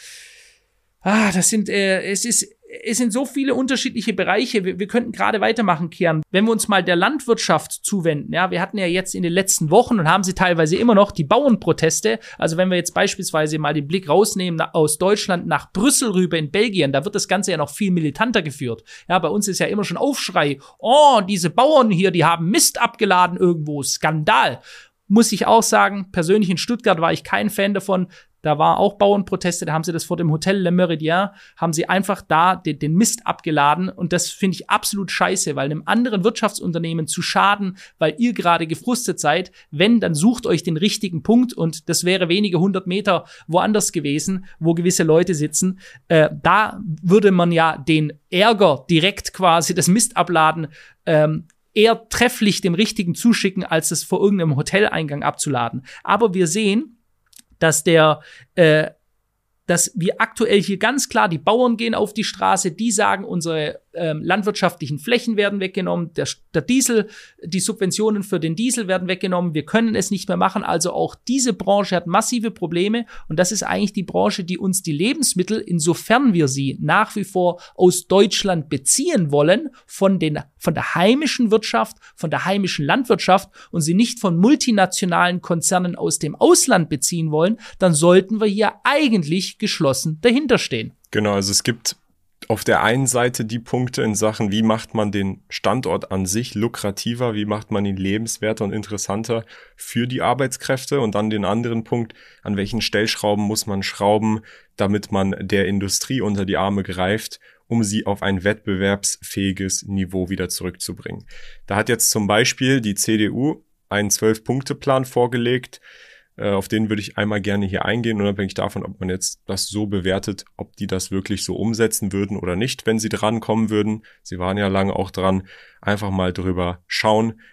A: sind so viele unterschiedliche Bereiche. Wir könnten gerade weitermachen, Kian. Wenn wir uns mal der Landwirtschaft zuwenden, ja, wir hatten ja jetzt in den letzten Wochen und haben sie teilweise immer noch die Bauernproteste. Also wenn wir jetzt beispielsweise mal den Blick rausnehmen aus Deutschland nach Brüssel rüber in Belgien, da wird das Ganze ja noch viel militanter geführt. Ja, bei uns ist ja immer schon Aufschrei. Oh, diese Bauern hier, die haben Mist abgeladen irgendwo. Skandal. Muss ich auch sagen, persönlich in Stuttgart war ich kein Fan davon. Da war auch Bauernproteste, da haben sie das vor dem Hotel Le Méridien, haben sie einfach da den Mist abgeladen, und das finde ich absolut scheiße, weil einem anderen Wirtschaftsunternehmen zu schaden, weil ihr gerade gefrustet seid, wenn, dann sucht euch den richtigen Punkt, und das wäre wenige 100 Meter woanders gewesen, wo gewisse Leute sitzen. Da würde man ja den Ärger direkt quasi, das Mistabladen, eher trefflich dem Richtigen zuschicken, als es vor irgendeinem Hoteleingang abzuladen. Aber wir sehen, dass wir aktuell hier ganz klar, die Bauern gehen auf die Straße, die sagen, unsere landwirtschaftlichen Flächen werden weggenommen, der Diesel, die Subventionen für den Diesel werden weggenommen, wir können es nicht mehr machen. Also auch diese Branche hat massive Probleme, und das ist eigentlich die Branche, die uns die Lebensmittel, insofern wir sie nach wie vor aus Deutschland beziehen wollen, von der heimischen Wirtschaft, von der heimischen Landwirtschaft, und sie nicht von multinationalen Konzernen aus dem Ausland beziehen wollen, dann sollten wir hier eigentlich geschlossen dahinter stehen.
B: Genau, also es gibt auf der einen Seite die Punkte in Sachen, wie macht man den Standort an sich lukrativer, wie macht man ihn lebenswerter und interessanter für die Arbeitskräfte, und dann den anderen Punkt, an welchen Stellschrauben muss man schrauben, damit man der Industrie unter die Arme greift, um sie auf ein wettbewerbsfähiges Niveau wieder zurückzubringen. Da hat jetzt zum Beispiel die CDU einen 12-Punkte-Plan vorgelegt. Auf den würde ich einmal gerne hier eingehen, unabhängig davon, ob man jetzt das so bewertet, ob die das wirklich so umsetzen würden oder nicht, wenn sie drankommen würden. Sie waren ja lange auch dran. Einfach mal drüber schauen,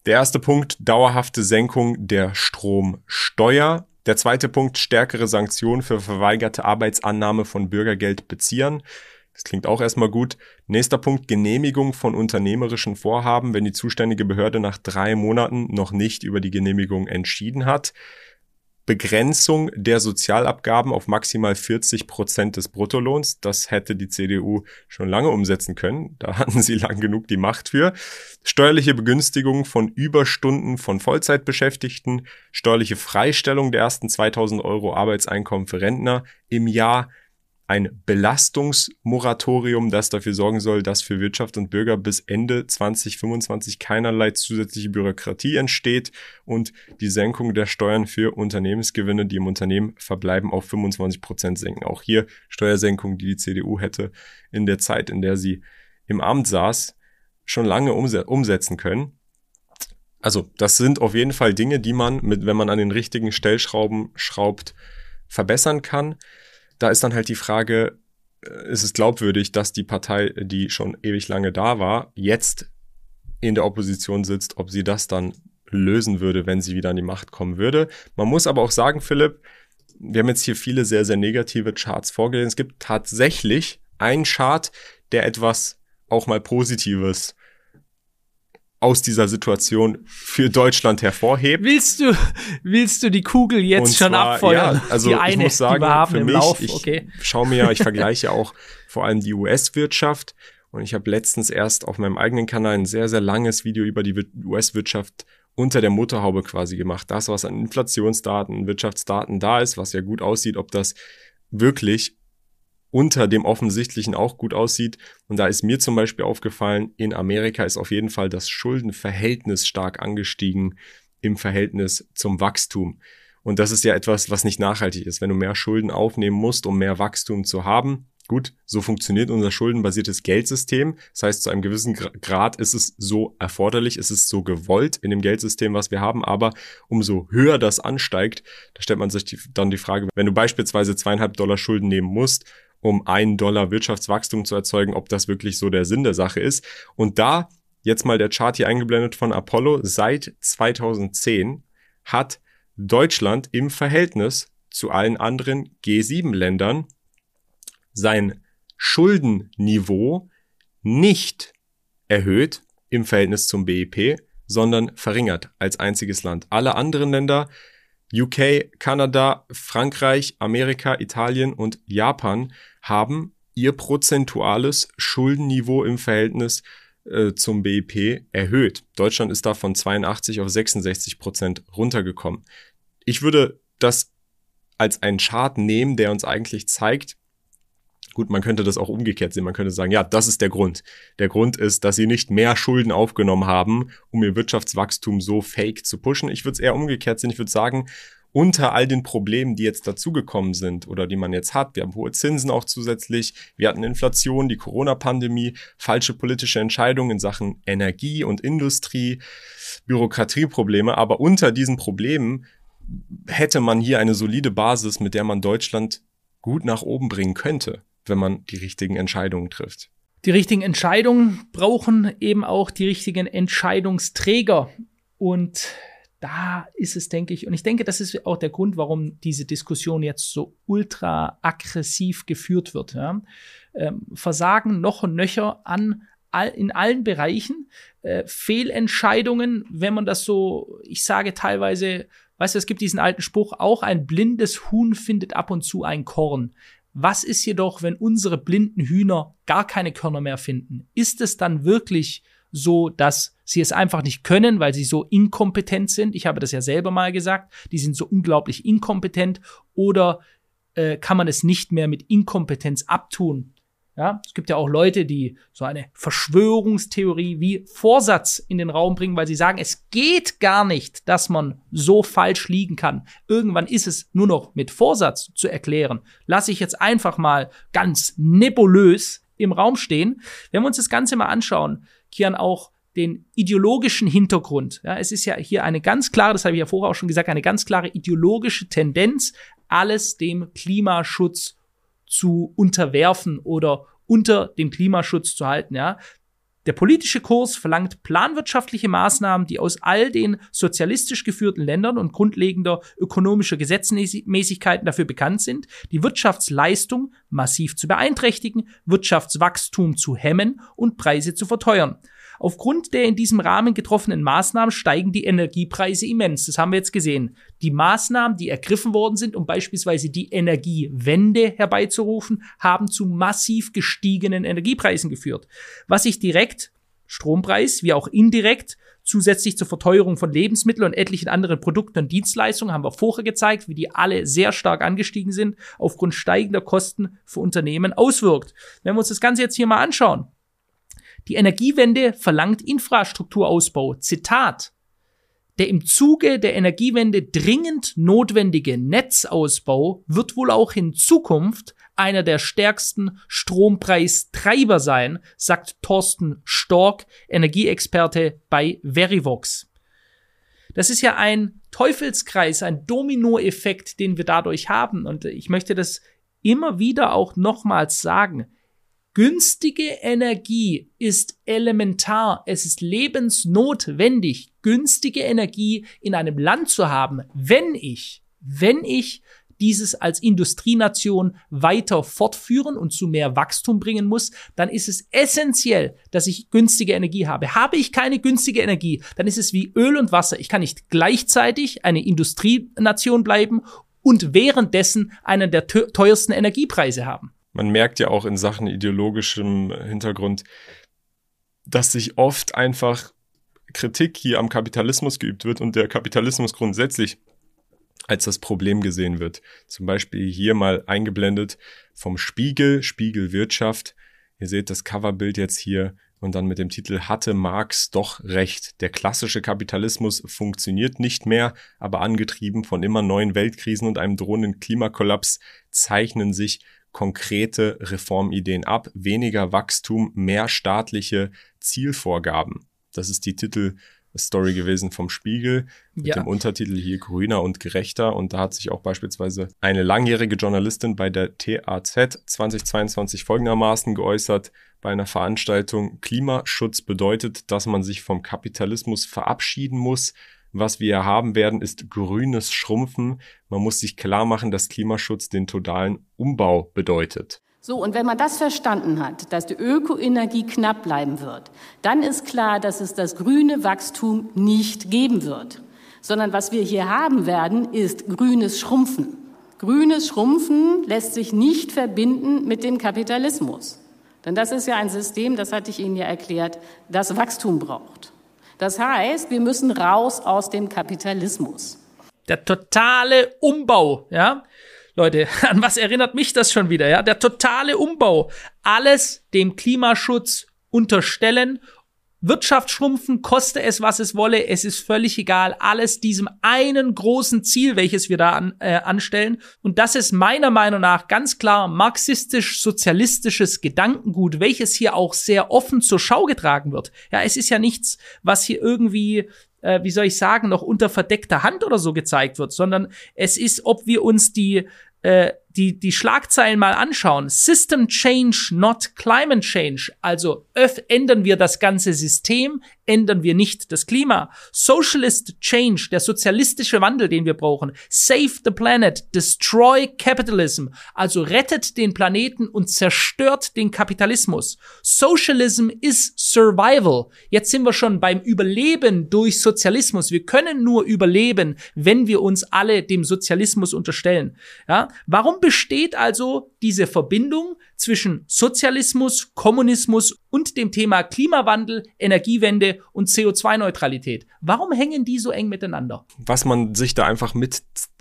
B: Der erste Punkt, dauerhafte Senkung der Stromsteuer. Der zweite Punkt, stärkere Sanktionen für verweigerte Arbeitsannahme von Bürgergeldbeziehern. Das klingt auch erstmal gut. Nächster Punkt, Genehmigung von unternehmerischen Vorhaben, wenn die zuständige Behörde nach 3 Monaten noch nicht über die Genehmigung entschieden hat. Begrenzung der Sozialabgaben auf maximal 40% des Bruttolohns. Das hätte die CDU schon lange umsetzen können. Da hatten sie lang genug die Macht für. Steuerliche Begünstigung von Überstunden von Vollzeitbeschäftigten. Steuerliche Freistellung der ersten 2.000 € Arbeitseinkommen für Rentner im Jahr. Ein Belastungsmoratorium, das dafür sorgen soll, dass für Wirtschaft und Bürger bis Ende 2025 keinerlei zusätzliche Bürokratie entsteht und die Senkung der Steuern für Unternehmensgewinne, die im Unternehmen verbleiben, auf 25% senken. Auch hier Steuersenkung, die CDU hätte in der Zeit, in der sie im Amt saß, schon lange umsetzen können. Also das sind auf jeden Fall Dinge, die man, wenn man an den richtigen Stellschrauben schraubt, verbessern kann. Da ist dann halt die Frage, ist es glaubwürdig, dass die Partei, die schon ewig lange da war, jetzt in der Opposition sitzt, ob sie das dann lösen würde, wenn sie wieder an die Macht kommen würde. Man muss aber auch sagen, Philipp, wir haben jetzt hier viele sehr, sehr negative Charts vorgelesen. Es gibt tatsächlich einen Chart, der etwas auch mal Positives aus dieser Situation für Deutschland hervorhebt.
A: Willst du die Kugel jetzt schon abfeuern?
B: Ja, also
A: die eine,
B: ich muss sagen,
A: die wir haben
B: für
A: im
B: mich,
A: Lauf.
B: ich
A: Okay.
B: schaue mir ich vergleiche auch vor allem die US-Wirtschaft und ich habe letztens erst auf meinem eigenen Kanal ein sehr, sehr langes Video über die US-Wirtschaft unter der Motorhaube quasi gemacht. Das, was an Inflationsdaten, Wirtschaftsdaten da ist, was ja gut aussieht, ob das wirklich unter dem Offensichtlichen auch gut aussieht. Und da ist mir zum Beispiel aufgefallen, in Amerika ist auf jeden Fall das Schuldenverhältnis stark angestiegen im Verhältnis zum Wachstum. Und das ist ja etwas, was nicht nachhaltig ist. Wenn du mehr Schulden aufnehmen musst, um mehr Wachstum zu haben, gut, so funktioniert unser schuldenbasiertes Geldsystem. Das heißt, zu einem gewissen Grad ist es so erforderlich, ist es so gewollt in dem Geldsystem, was wir haben. Aber umso höher das ansteigt, da stellt man sich dann die Frage, wenn du beispielsweise $2,5 Schulden nehmen musst, um $1 Wirtschaftswachstum zu erzeugen, ob das wirklich so der Sinn der Sache ist. Und da, jetzt mal der Chart hier eingeblendet von Apollo, seit 2010 hat Deutschland im Verhältnis zu allen anderen G7-Ländern sein Schuldenniveau nicht erhöht im Verhältnis zum BIP, sondern verringert als einziges Land. Alle anderen Länder, UK, Kanada, Frankreich, Amerika, Italien und Japan haben ihr prozentuales Schuldenniveau im Verhältnis zum BIP erhöht. Deutschland ist da von 82 auf 66% runtergekommen. Ich würde das als einen Chart nehmen, der uns eigentlich zeigt, gut, man könnte das auch umgekehrt sehen. Man könnte sagen, ja, das ist der Grund. Der Grund ist, dass sie nicht mehr Schulden aufgenommen haben, um ihr Wirtschaftswachstum so fake zu pushen. Ich würde es eher umgekehrt sehen. Ich würde sagen, unter all den Problemen, die jetzt dazugekommen sind oder die man jetzt hat, wir haben hohe Zinsen auch zusätzlich, wir hatten Inflation, die Corona-Pandemie, falsche politische Entscheidungen in Sachen Energie und Industrie, Bürokratieprobleme, aber unter diesen Problemen hätte man hier eine solide Basis, mit der man Deutschland gut nach oben bringen könnte, wenn man die richtigen Entscheidungen trifft.
A: Die richtigen Entscheidungen brauchen eben auch die richtigen Entscheidungsträger. Und da ist es, denke ich, und ich denke, das ist auch der Grund, warum diese Diskussion jetzt so ultra aggressiv geführt wird. Ja? Versagen noch und nöcher in allen Bereichen. Fehlentscheidungen, wenn man das so, ich sage teilweise, weißt du, es gibt diesen alten Spruch, auch ein blindes Huhn findet ab und zu ein Korn. Was ist jedoch, wenn unsere blinden Hühner gar keine Körner mehr finden? Ist es dann wirklich so, dass sie es einfach nicht können, weil sie so inkompetent sind? Ich habe das ja selber mal gesagt. Die sind so unglaublich inkompetent. Oder kann man es nicht mehr mit Inkompetenz abtun? Ja, es gibt ja auch Leute, die so eine Verschwörungstheorie wie Vorsatz in den Raum bringen, weil sie sagen, es geht gar nicht, dass man so falsch liegen kann. Irgendwann ist es nur noch mit Vorsatz zu erklären. Lasse ich jetzt einfach mal ganz nebulös im Raum stehen. Wenn wir uns das Ganze mal anschauen, Kian, auch den ideologischen Hintergrund. Ja, es ist ja hier eine ganz klare, das habe ich ja vorher auch schon gesagt, eine ganz klare ideologische Tendenz, alles dem Klimaschutz zu unterwerfen oder unter dem Klimaschutz zu halten, ja. Der politische Kurs verlangt planwirtschaftliche Maßnahmen, die aus all den sozialistisch geführten Ländern und grundlegender ökonomischer Gesetzmäßigkeiten dafür bekannt sind, die Wirtschaftsleistung massiv zu beeinträchtigen, Wirtschaftswachstum zu hemmen und Preise zu verteuern. Aufgrund der in diesem Rahmen getroffenen Maßnahmen steigen die Energiepreise immens. Das haben wir jetzt gesehen. Die Maßnahmen, die ergriffen worden sind, um beispielsweise die Energiewende herbeizurufen, haben zu massiv gestiegenen Energiepreisen geführt. Was sich direkt, Strompreis, wie auch indirekt, zusätzlich zur Verteuerung von Lebensmitteln und etlichen anderen Produkten und Dienstleistungen, haben wir vorher gezeigt, wie die alle sehr stark angestiegen sind, aufgrund steigender Kosten für Unternehmen auswirkt. Wenn wir uns das Ganze jetzt hier mal anschauen. Die Energiewende verlangt Infrastrukturausbau. Zitat: Der im Zuge der Energiewende dringend notwendige Netzausbau wird wohl auch in Zukunft einer der stärksten Strompreistreiber sein, sagt Thorsten Stork, Energieexperte bei Verivox. Das ist ja ein Teufelskreis, ein Dominoeffekt, den wir dadurch haben. Und ich möchte das immer wieder auch nochmals sagen. Günstige Energie ist elementar. Es ist lebensnotwendig, günstige Energie in einem Land zu haben, wenn ich dieses als Industrienation weiter fortführen und zu mehr Wachstum bringen muss, dann ist es essentiell, dass ich günstige Energie habe. Habe ich keine günstige Energie, dann ist es wie Öl und Wasser. Ich kann nicht gleichzeitig eine Industrienation bleiben und währenddessen einen der teuersten Energiepreise haben.
B: Man merkt ja auch in Sachen ideologischem Hintergrund, dass sich oft einfach Kritik hier am Kapitalismus geübt wird und der Kapitalismus grundsätzlich als das Problem gesehen wird. Zum Beispiel hier mal eingeblendet vom Spiegel, Spiegel Wirtschaft. Ihr seht das Coverbild jetzt hier und dann mit dem Titel „Hatte Marx doch recht? Der klassische Kapitalismus funktioniert nicht mehr, aber angetrieben von immer neuen Weltkrisen und einem drohenden Klimakollaps zeichnen sich konkrete Reformideen ab, weniger Wachstum, mehr staatliche Zielvorgaben. Das ist die Titelstory gewesen vom Spiegel mit dem Untertitel hier „Grüner und gerechter“. Und da hat sich auch beispielsweise eine langjährige Journalistin bei der TAZ 2022 folgendermaßen geäußert bei einer Veranstaltung: Klimaschutz bedeutet, dass man sich vom Kapitalismus verabschieden muss. Was wir haben werden, ist grünes Schrumpfen. Man muss sich klar machen, dass Klimaschutz den totalen Umbau bedeutet.
H: So, und wenn man das verstanden hat, dass die Ökoenergie knapp bleiben wird, dann ist klar, dass es das grüne Wachstum nicht geben wird. Sondern was wir hier haben werden, ist grünes Schrumpfen. Grünes Schrumpfen lässt sich nicht verbinden mit dem Kapitalismus. Denn das ist ja ein System, das hatte ich Ihnen ja erklärt, das Wachstum braucht. Das heißt, wir müssen raus aus dem Kapitalismus.
A: Der totale Umbau, ja. Leute, an was erinnert mich das schon wieder, ja? Der totale Umbau. Alles dem Klimaschutz unterstellen. Wirtschaft schrumpfen, koste es, was es wolle. Es ist völlig egal. Alles diesem einen großen Ziel, welches wir da anstellen. Und das ist meiner Meinung nach ganz klar marxistisch-sozialistisches Gedankengut, welches hier auch sehr offen zur Schau getragen wird. Ja, es ist ja nichts, was hier irgendwie, wie soll ich sagen, noch unter verdeckter Hand oder so gezeigt wird, sondern es ist, ob wir uns die Schlagzeilen mal anschauen. System Change, not Climate Change. Also ändern wir das ganze System, ändern wir nicht das Klima. Socialist Change, der sozialistische Wandel, den wir brauchen. Save the planet, destroy capitalism. Also rettet den Planeten und zerstört den Kapitalismus. Socialism is survival. Jetzt sind wir schon beim Überleben durch Sozialismus. Wir können nur überleben, wenn wir uns alle dem Sozialismus unterstellen. Ja? Warum besteht also diese Verbindung zwischen Sozialismus, Kommunismus und dem Thema Klimawandel, Energiewende und CO2-Neutralität? Warum hängen die so eng miteinander?
B: Was man sich da einfach mit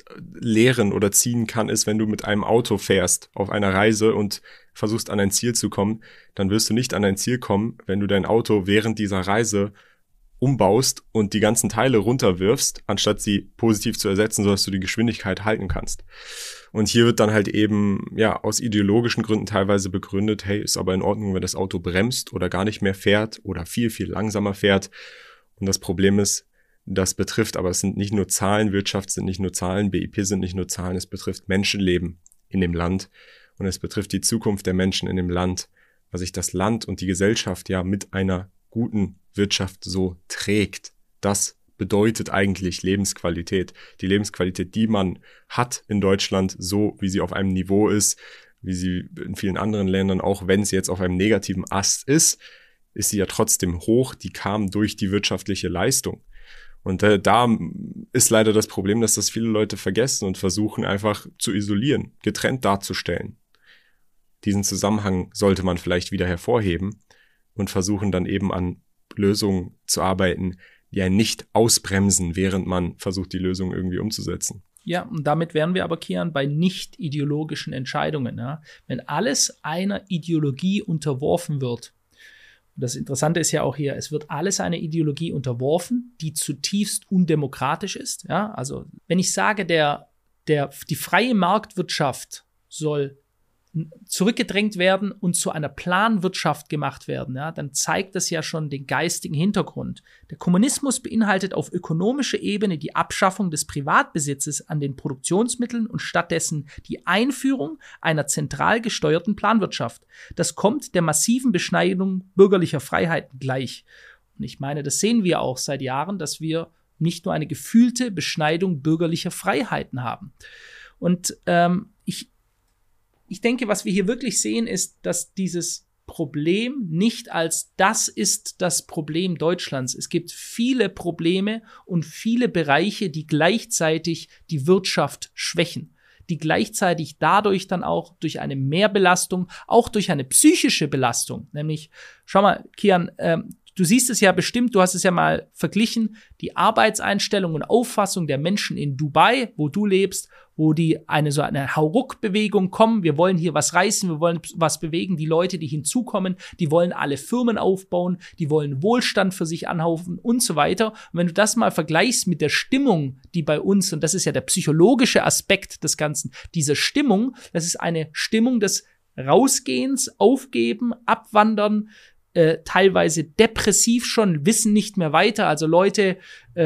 B: lehren oder ziehen kann, ist, wenn du mit einem Auto fährst auf einer Reise und versuchst an ein Ziel zu kommen, dann wirst du nicht an ein Ziel kommen, wenn du dein Auto während dieser Reise umbaust und die ganzen Teile runterwirfst, anstatt sie positiv zu ersetzen, sodass du die Geschwindigkeit halten kannst. Und hier wird dann halt eben, ja, aus ideologischen Gründen teilweise begründet, hey, ist aber in Ordnung, wenn das Auto bremst oder gar nicht mehr fährt oder viel, viel langsamer fährt. Und das Problem ist, das betrifft, aber es sind nicht nur Zahlen, Wirtschaft sind nicht nur Zahlen, BIP sind nicht nur Zahlen, es betrifft Menschenleben in dem Land und es betrifft die Zukunft der Menschen in dem Land, weil sich das Land und die Gesellschaft ja mit einer guten Wirtschaft so trägt. Das bedeutet eigentlich Lebensqualität. Die Lebensqualität, die man hat in Deutschland, so wie sie auf einem Niveau ist, wie sie in vielen anderen Ländern, auch wenn sie jetzt auf einem negativen Ast ist sie ja trotzdem hoch. Die kam durch die wirtschaftliche Leistung. Und da ist leider das Problem, dass das viele Leute vergessen und versuchen einfach zu isolieren, getrennt darzustellen. Diesen Zusammenhang sollte man vielleicht wieder hervorheben und versuchen dann eben an Lösungen zu arbeiten, die einen nicht ausbremsen, während man versucht, die Lösung irgendwie umzusetzen.
A: Ja, und damit wären wir aber, Kian, bei nicht ideologischen Entscheidungen. Ja? Wenn alles einer Ideologie unterworfen wird, und das Interessante ist ja auch hier, es wird alles einer Ideologie unterworfen, die zutiefst undemokratisch ist. Ja? Also wenn ich sage, die freie Marktwirtschaft soll zurückgedrängt werden und zu einer Planwirtschaft gemacht werden, ja, dann zeigt das ja schon den geistigen Hintergrund. Der Kommunismus beinhaltet auf ökonomischer Ebene die Abschaffung des Privatbesitzes an den Produktionsmitteln und stattdessen die Einführung einer zentral gesteuerten Planwirtschaft. Das kommt der massiven Beschneidung bürgerlicher Freiheiten gleich. Und ich meine, das sehen wir auch seit Jahren, dass wir nicht nur eine gefühlte Beschneidung bürgerlicher Freiheiten haben. Und ich denke, was wir hier wirklich sehen, ist, dass dieses Problem nicht als das ist das Problem Deutschlands. Es gibt viele Probleme und viele Bereiche, die gleichzeitig die Wirtschaft schwächen, die gleichzeitig dadurch dann auch durch eine Mehrbelastung, auch durch eine psychische Belastung, nämlich, schau mal, Kian, du siehst es ja bestimmt, du hast es ja mal verglichen, die Arbeitseinstellung und Auffassung der Menschen in Dubai, wo du lebst, wo die so eine Hauruck-Bewegung kommen, wir wollen hier was reißen, wir wollen was bewegen, die Leute, die hinzukommen, die wollen alle Firmen aufbauen, die wollen Wohlstand für sich anhaufen und so weiter. Und wenn du das mal vergleichst mit der Stimmung, die bei uns, und das ist ja der psychologische Aspekt des Ganzen, diese Stimmung, das ist eine Stimmung des Rausgehens, Aufgeben, Abwandern, teilweise depressiv schon, wissen nicht mehr weiter. Also Leute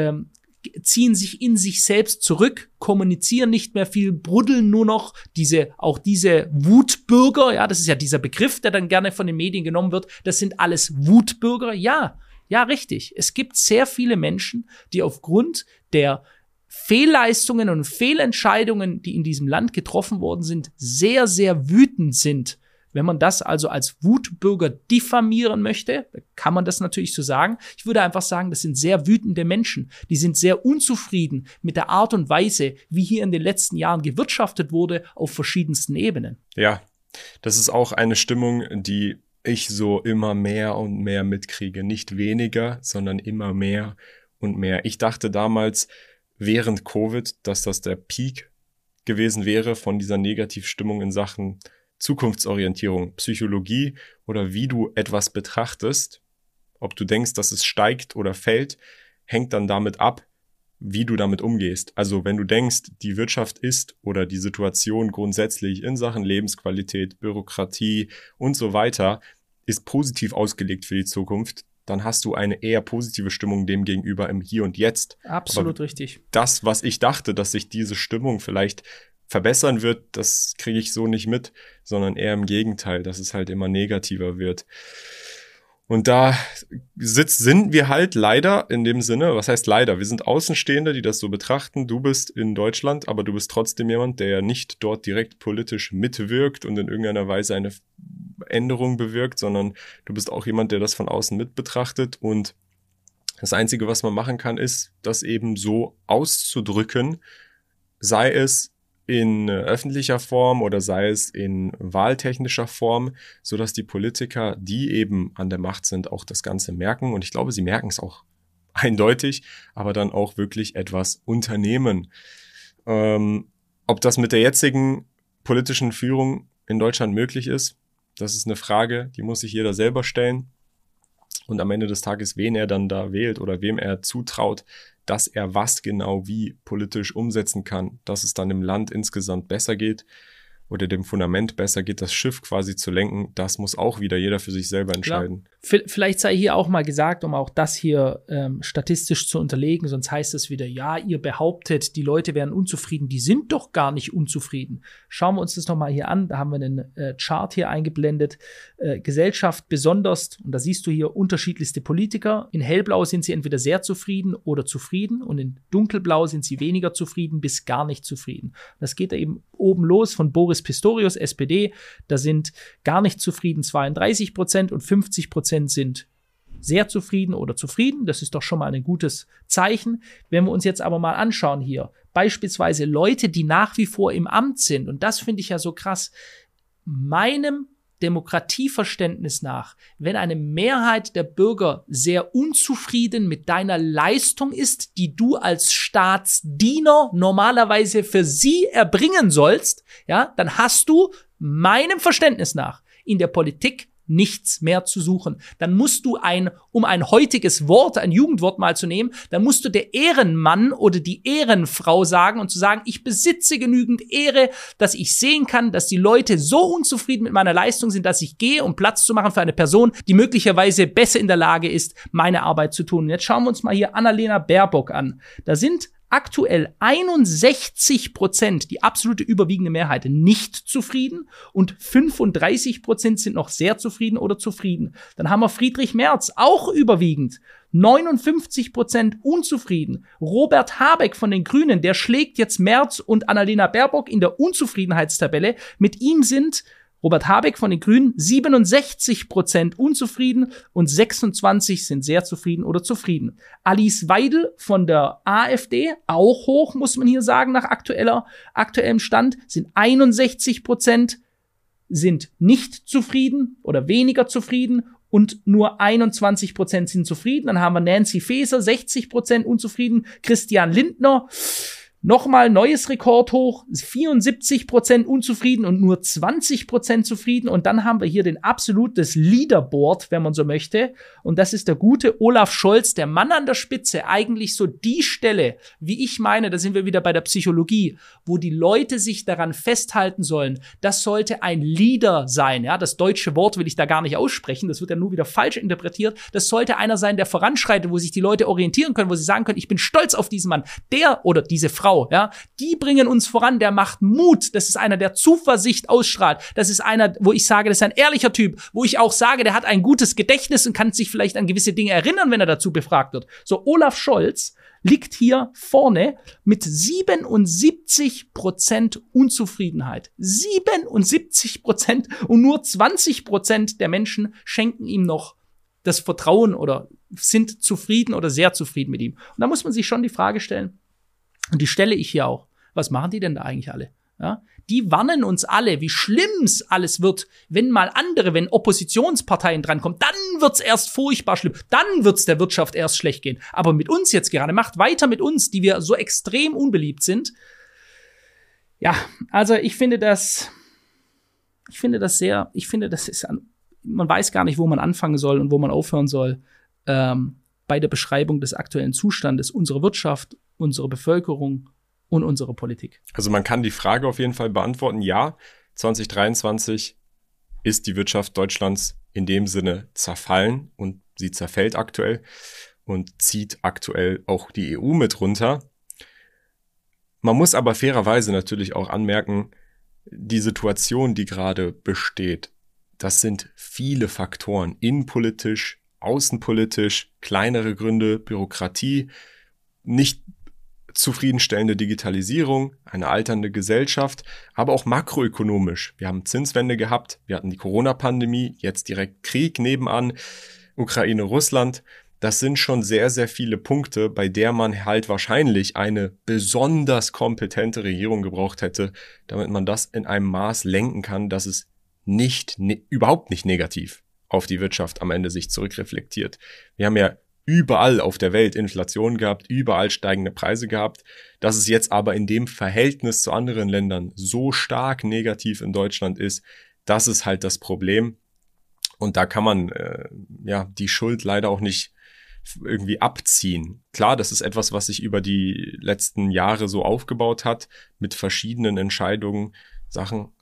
A: ziehen sich in sich selbst zurück, kommunizieren nicht mehr viel, bruddeln nur noch. Diese Wutbürger, ja, das ist ja dieser Begriff, der dann gerne von den Medien genommen wird. Das sind alles Wutbürger. Ja, richtig. Es gibt sehr viele Menschen, die aufgrund der Fehlleistungen und Fehlentscheidungen, die in diesem Land getroffen worden sind, sehr, sehr wütend sind. Wenn man das also als Wutbürger diffamieren möchte, kann man das natürlich so sagen. Ich würde einfach sagen, das sind sehr wütende Menschen. Die sind sehr unzufrieden mit der Art und Weise, wie hier in den letzten Jahren gewirtschaftet wurde, auf verschiedensten Ebenen.
B: Ja, das ist auch eine Stimmung, die ich so immer mehr und mehr mitkriege. Nicht weniger, sondern immer mehr und mehr. Ich dachte damals während Covid, dass das der Peak gewesen wäre von dieser Negativstimmung in Sachen Zukunftsorientierung, Psychologie oder wie du etwas betrachtest, ob du denkst, dass es steigt oder fällt, hängt dann damit ab, wie du damit umgehst. Also wenn du denkst, die Wirtschaft ist oder die Situation grundsätzlich in Sachen Lebensqualität, Bürokratie und so weiter ist positiv ausgelegt für die Zukunft, dann hast du eine eher positive Stimmung dem gegenüber im Hier und Jetzt.
A: Absolut richtig.
B: Das, was ich dachte, dass sich diese Stimmung vielleicht verbessern wird, das kriege ich so nicht mit, sondern eher im Gegenteil, dass es halt immer negativer wird. Und da sind wir halt leider in dem Sinne, was heißt leider? Wir sind Außenstehende, die das so betrachten. Du bist in Deutschland, aber du bist trotzdem jemand, der ja nicht dort direkt politisch mitwirkt und in irgendeiner Weise eine Änderung bewirkt, sondern du bist auch jemand, der das von außen mit betrachtet. Und das Einzige, was man machen kann, ist, das eben so auszudrücken, sei es in öffentlicher Form oder sei es in wahltechnischer Form, sodass die Politiker, die eben an der Macht sind, auch das Ganze merken. Und ich glaube, sie merken es auch eindeutig, aber dann auch wirklich etwas unternehmen. Ob das mit der jetzigen politischen Führung in Deutschland möglich ist, das ist eine Frage, die muss sich jeder selber stellen. Und am Ende des Tages, wen er dann da wählt oder wem er zutraut, dass er was genau wie politisch umsetzen kann, dass es dann im Land insgesamt besser geht. oder dem Fundament besser geht, das Schiff quasi zu lenken, das muss auch wieder jeder für sich selber entscheiden.
A: Klar. Vielleicht sei hier auch mal gesagt, um auch das hier statistisch zu unterlegen, sonst heißt es wieder, ja, ihr behauptet, die Leute wären unzufrieden, die sind doch gar nicht unzufrieden. Schauen wir uns das nochmal hier an, da haben wir einen Chart hier eingeblendet, Gesellschaft besonders, und da siehst du hier unterschiedlichste Politiker, in hellblau sind sie entweder sehr zufrieden oder zufrieden und in dunkelblau sind sie weniger zufrieden bis gar nicht zufrieden. Das geht da eben oben los von Boris Pistorius, SPD, da sind gar nicht zufrieden 32% und 50% sind sehr zufrieden oder zufrieden. Das ist doch schon mal ein gutes Zeichen. Wenn wir uns jetzt aber mal anschauen hier, beispielsweise Leute, die nach wie vor im Amt sind, und das finde ich ja so krass, meinem Demokratieverständnis nach, wenn eine Mehrheit der Bürger sehr unzufrieden mit deiner Leistung ist, die du als Staatsdiener normalerweise für sie erbringen sollst, ja, dann hast du meinem Verständnis nach in der Politik nichts mehr zu suchen. Dann musst du um ein heutiges Wort, ein Jugendwort mal zu nehmen, dann musst du der Ehrenmann oder die Ehrenfrau sagen und zu sagen, ich besitze genügend Ehre, dass ich sehen kann, dass die Leute so unzufrieden mit meiner Leistung sind, dass ich gehe, um Platz zu machen für eine Person, die möglicherweise besser in der Lage ist, meine Arbeit zu tun. Und jetzt schauen wir uns mal hier Annalena Baerbock an. Da sind aktuell 61%, die absolute überwiegende Mehrheit, nicht zufrieden und 35% sind noch sehr zufrieden oder zufrieden. Dann haben wir Friedrich Merz, auch überwiegend, 59% unzufrieden. Robert Habeck von den Grünen, der schlägt jetzt Merz und Annalena Baerbock in der Unzufriedenheitstabelle. Mit ihm sind Robert Habeck von den Grünen 67% unzufrieden und 26 sind sehr zufrieden oder zufrieden. Alice Weidel von der AfD, auch hoch, muss man hier sagen, nach aktuellem Stand, sind 61% sind nicht zufrieden oder weniger zufrieden und nur 21% sind zufrieden. Dann haben wir Nancy Faeser, 60% unzufrieden, Christian Lindner, nochmal neues Rekordhoch, 74% unzufrieden und nur 20% zufrieden. Und dann haben wir hier den absolutes Leaderboard, wenn man so möchte. Und das ist der gute Olaf Scholz, der Mann an der Spitze. Eigentlich so die Stelle, wie ich meine, da sind wir wieder bei der Psychologie, wo die Leute sich daran festhalten sollen. Das sollte ein Leader sein. Ja, das deutsche Wort will ich da gar nicht aussprechen. Das wird ja nur wieder falsch interpretiert. Das sollte einer sein, der voranschreitet, wo sich die Leute orientieren können, wo sie sagen können, ich bin stolz auf diesen Mann. Der oder diese Frau, ja, die bringen uns voran, der macht Mut, das ist einer, der Zuversicht ausstrahlt, das ist einer, wo ich sage, das ist ein ehrlicher Typ, wo ich auch sage, der hat ein gutes Gedächtnis und kann sich vielleicht an gewisse Dinge erinnern, wenn er dazu befragt wird. So, Olaf Scholz liegt hier vorne mit 77% Unzufriedenheit. 77% und nur 20% der Menschen schenken ihm noch das Vertrauen oder sind zufrieden oder sehr zufrieden mit ihm. Und da muss man sich schon die Frage stellen, und die stelle ich hier auch. Was machen die denn da eigentlich alle? Ja? Die warnen uns alle, wie schlimm's alles wird, wenn Oppositionsparteien drankommen. Dann wird's erst furchtbar schlimm. Dann wird's der Wirtschaft erst schlecht gehen. Aber mit uns jetzt gerade, macht weiter mit uns, die wir so extrem unbeliebt sind. Ja, also ich finde, das ist, man weiß gar nicht, wo man anfangen soll und wo man aufhören soll, bei der Beschreibung des aktuellen Zustandes unserer Wirtschaft, unserer Bevölkerung und unserer Politik.
B: Also man kann die Frage auf jeden Fall beantworten, ja, 2023 ist die Wirtschaft Deutschlands in dem Sinne zerfallen und sie zerfällt aktuell und zieht aktuell auch die EU mit runter. Man muss aber fairerweise natürlich auch anmerken, die Situation, die gerade besteht, das sind viele Faktoren, innenpolitisch, außenpolitisch, kleinere Gründe, Bürokratie, nicht zufriedenstellende Digitalisierung, eine alternde Gesellschaft, aber auch makroökonomisch. Wir haben Zinswende gehabt, wir hatten die Corona-Pandemie, jetzt direkt Krieg nebenan, Ukraine, Russland. Das sind schon sehr, sehr viele Punkte, bei der man halt wahrscheinlich eine besonders kompetente Regierung gebraucht hätte, damit man das in einem Maß lenken kann, dass es überhaupt nicht negativ auf die Wirtschaft am Ende sich zurückreflektiert. Wir haben ja überall auf der Welt Inflation gehabt, überall steigende Preise gehabt. Dass es jetzt aber in dem Verhältnis zu anderen Ländern so stark negativ in Deutschland ist, das ist halt das Problem. Und da kann man die Schuld leider auch nicht irgendwie abziehen. Klar, das ist etwas, was sich über die letzten Jahre so aufgebaut hat, mit verschiedenen Entscheidungen, Sachen.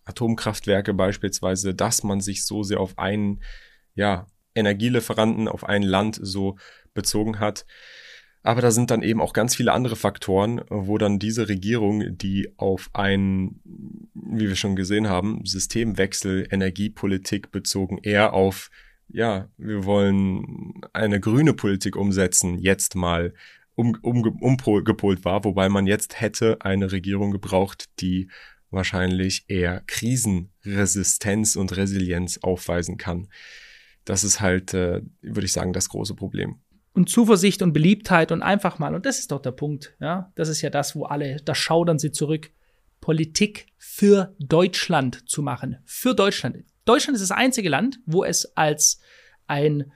B: Atomkraftwerke beispielsweise, dass man sich so sehr auf einen Energielieferanten, auf ein Land so bezogen hat. Aber da sind dann eben auch ganz viele andere Faktoren, wo dann diese Regierung, die auf einen, wie wir schon gesehen haben, Systemwechsel, Energiepolitik bezogen, eher auf, wir wollen eine grüne Politik umsetzen, jetzt mal umgepolt war, wobei man jetzt hätte eine Regierung gebraucht, die wahrscheinlich eher Krisenresistenz und Resilienz aufweisen kann. Das ist halt, würde ich sagen, das große Problem.
A: Und Zuversicht und Beliebtheit und einfach mal, und das ist doch der Punkt, ja, das ist ja das, wo alle, da schaudern sie zurück, Politik für Deutschland zu machen, für Deutschland. Deutschland ist das einzige Land, wo es als eine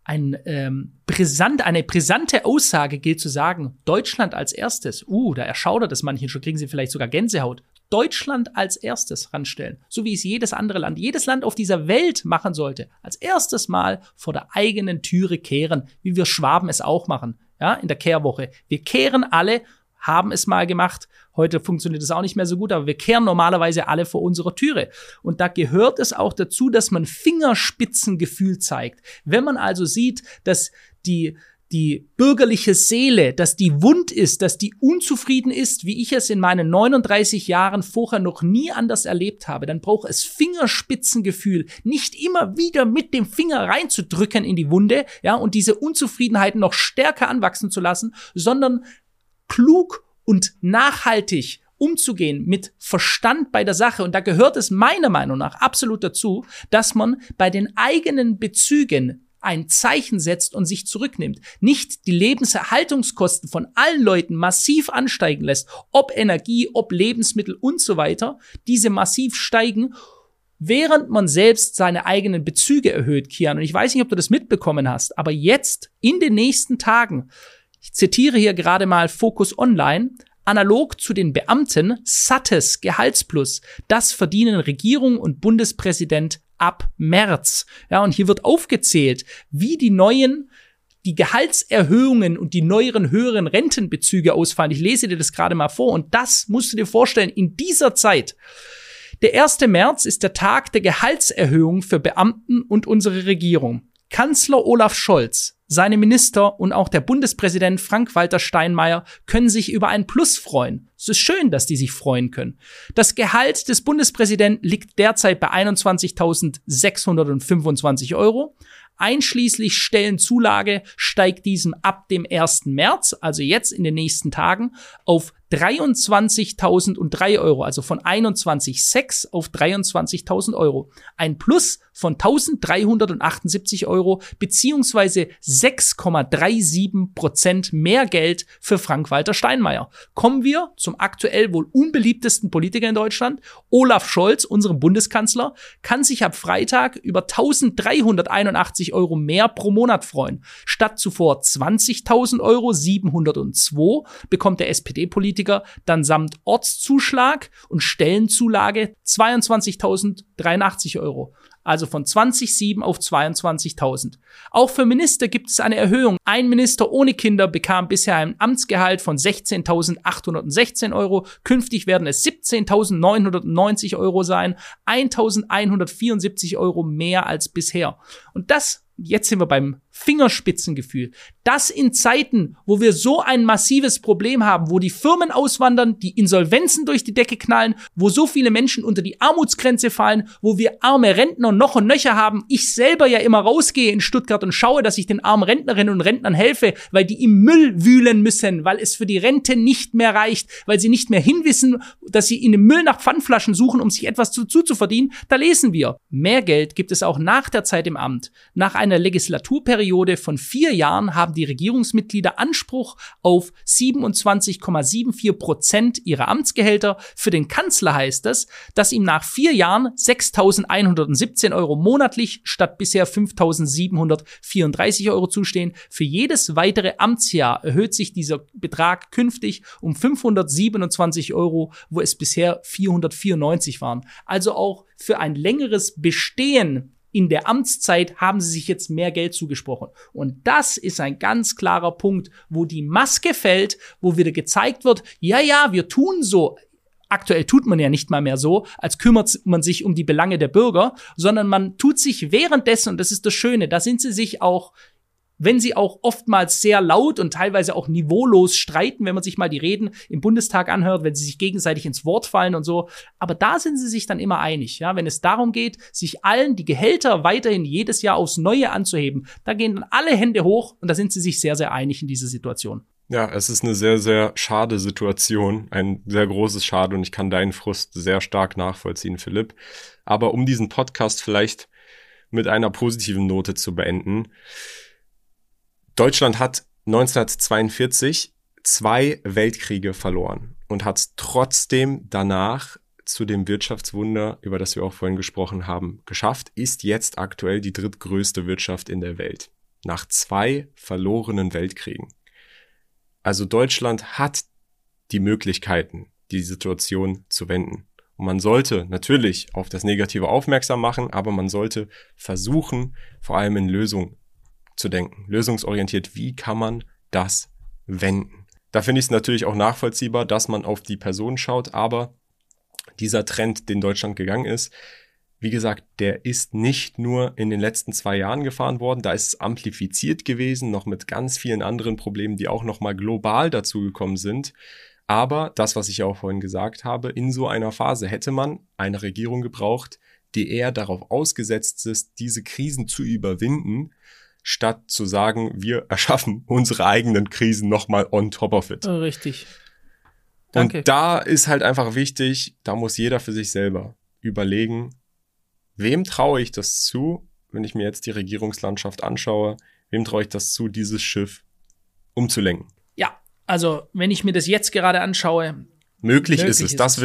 A: brisante Aussage gilt zu sagen, Deutschland als erstes, da erschaudert es manchen schon, kriegen sie vielleicht sogar Gänsehaut. Deutschland als erstes ranstellen, so wie es jedes Land auf dieser Welt machen sollte, als erstes Mal vor der eigenen Türe kehren, wie wir Schwaben es auch machen, ja, in der Kehrwoche. Wir kehren alle, haben es mal gemacht, heute funktioniert es auch nicht mehr so gut, aber wir kehren normalerweise alle vor unserer Türe. Und da gehört es auch dazu, dass man Fingerspitzengefühl zeigt. Wenn man also sieht, dass die bürgerliche Seele, dass die wund ist, dass die unzufrieden ist, wie ich es in meinen 39 Jahren vorher noch nie anders erlebt habe, dann braucht es Fingerspitzengefühl, nicht immer wieder mit dem Finger reinzudrücken in die Wunde, ja, und diese Unzufriedenheiten noch stärker anwachsen zu lassen, sondern klug und nachhaltig umzugehen, mit Verstand bei der Sache. Und da gehört es meiner Meinung nach absolut dazu, dass man bei den eigenen Bezügen ein Zeichen setzt und sich zurücknimmt. Nicht die Lebenserhaltungskosten von allen Leuten massiv ansteigen lässt, ob Energie, ob Lebensmittel und so weiter, diese massiv steigen, während man selbst seine eigenen Bezüge erhöht, Kian. Und ich weiß nicht, ob du das mitbekommen hast, aber jetzt in den nächsten Tagen, ich zitiere hier gerade mal Focus Online, analog zu den Beamten sattes Gehaltsplus, das verdienen Regierung und Bundespräsident ab März. Ja, und hier wird aufgezählt, wie die Gehaltserhöhungen und die neueren, höheren Rentenbezüge ausfallen. Ich lese dir das gerade mal vor. Und das musst du dir vorstellen, in dieser Zeit. Der 1. März ist der Tag der Gehaltserhöhung für Beamten und unsere Regierung. Kanzler Olaf Scholz, seine Minister und auch der Bundespräsident Frank-Walter Steinmeier können sich über ein Plus freuen. Es ist schön, dass die sich freuen können. Das Gehalt des Bundespräsidenten liegt derzeit bei 21.625 €. Einschließlich Stellenzulage steigt diesem ab dem 1. März, also jetzt in den nächsten Tagen, auf 23.003 €, also von 21.600 auf 23.000 €. Ein Plus von 1.378 € beziehungsweise 6,37% mehr Geld für Frank-Walter Steinmeier. Kommen wir zum aktuell wohl unbeliebtesten Politiker in Deutschland. Olaf Scholz, unserem Bundeskanzler, kann sich ab Freitag über 1.381 € mehr pro Monat freuen. Statt zuvor 20.000 € 702 bekommt der SPD-Politiker dann samt Ortszuschlag und Stellenzulage 22.083 €. Also von 20.700 auf 22.000. Auch für Minister gibt es eine Erhöhung. Ein Minister ohne Kinder bekam bisher ein Amtsgehalt von 16.816 €. Künftig werden es 17.990 € sein. 1.174 € mehr als bisher. Und jetzt sind wir beim Fingerspitzengefühl. Das in Zeiten, wo wir so ein massives Problem haben, wo die Firmen auswandern, die Insolvenzen durch die Decke knallen, wo so viele Menschen unter die Armutsgrenze fallen, wo wir arme Rentner noch und nöcher haben. Ich selber ja immer rausgehe in Stuttgart und schaue, dass ich den armen Rentnerinnen und Rentnern helfe, weil die im Müll wühlen müssen, weil es für die Rente nicht mehr reicht, weil sie nicht mehr hinwissen, dass sie in dem Müll nach Pfandflaschen suchen, um sich etwas zuzuverdienen. Da lesen wir, mehr Geld gibt es auch nach der Zeit im Amt. Nach einer Legislaturperiode von 4 Jahren haben die Regierungsmitglieder Anspruch auf 27,74% ihrer Amtsgehälter. Für den Kanzler heißt es, dass ihm nach 4 Jahren 6.117 € monatlich statt bisher 5.734 € zustehen. Für jedes weitere Amtsjahr erhöht sich dieser Betrag künftig um 527 €, wo es bisher 494 waren. Also auch für ein längeres Bestehen in der Amtszeit haben sie sich jetzt mehr Geld zugesprochen. Und das ist ein ganz klarer Punkt, wo die Maske fällt, wo wieder gezeigt wird, ja, wir tun so aktuell tut man ja nicht mal mehr so, als kümmert man sich um die Belange der Bürger, sondern man tut sich währenddessen, und das ist das Schöne, da sind sie sich auch, wenn sie auch oftmals sehr laut und teilweise auch niveaulos streiten, wenn man sich mal die Reden im Bundestag anhört, wenn sie sich gegenseitig ins Wort fallen und so. Aber da sind sie sich dann immer einig, ja, wenn es darum geht, sich allen die Gehälter weiterhin jedes Jahr aufs Neue anzuheben. Da gehen dann alle Hände hoch und da sind sie sich sehr, sehr einig in dieser Situation.
B: Ja, es ist eine sehr, sehr schade Situation, ein sehr großes Schade, und ich kann deinen Frust sehr stark nachvollziehen, Philipp. Aber um diesen Podcast vielleicht mit einer positiven Note zu beenden: Deutschland hat 1942 2 Weltkriege verloren und hat trotzdem danach zu dem Wirtschaftswunder, über das wir auch vorhin gesprochen haben, geschafft, ist jetzt aktuell die drittgrößte Wirtschaft in der Welt. Nach 2 verlorenen Weltkriegen. Also Deutschland hat die Möglichkeiten, die Situation zu wenden. Und man sollte natürlich auf das Negative aufmerksam machen, aber man sollte versuchen, vor allem in Lösungen zu denken. Lösungsorientiert, wie kann man das wenden? Da finde ich es natürlich auch nachvollziehbar, dass man auf die Person schaut, aber dieser Trend, den Deutschland gegangen ist, wie gesagt, der ist nicht nur in den letzten 2 Jahren gefahren worden, da ist es amplifiziert gewesen, noch mit ganz vielen anderen Problemen, die auch nochmal global dazugekommen sind. Aber das, was ich ja auch vorhin gesagt habe, in so einer Phase hätte man eine Regierung gebraucht, die eher darauf ausgesetzt ist, diese Krisen zu überwinden, statt zu sagen, wir erschaffen unsere eigenen Krisen nochmal on top of it.
A: Richtig. Danke.
B: Und da ist halt einfach wichtig, da muss jeder für sich selber überlegen, wem traue ich das zu, wenn ich mir jetzt die Regierungslandschaft anschaue, wem traue ich das zu, dieses Schiff umzulenken?
A: Ja, also wenn ich mir das jetzt gerade anschaue.
B: Möglich ist es. Da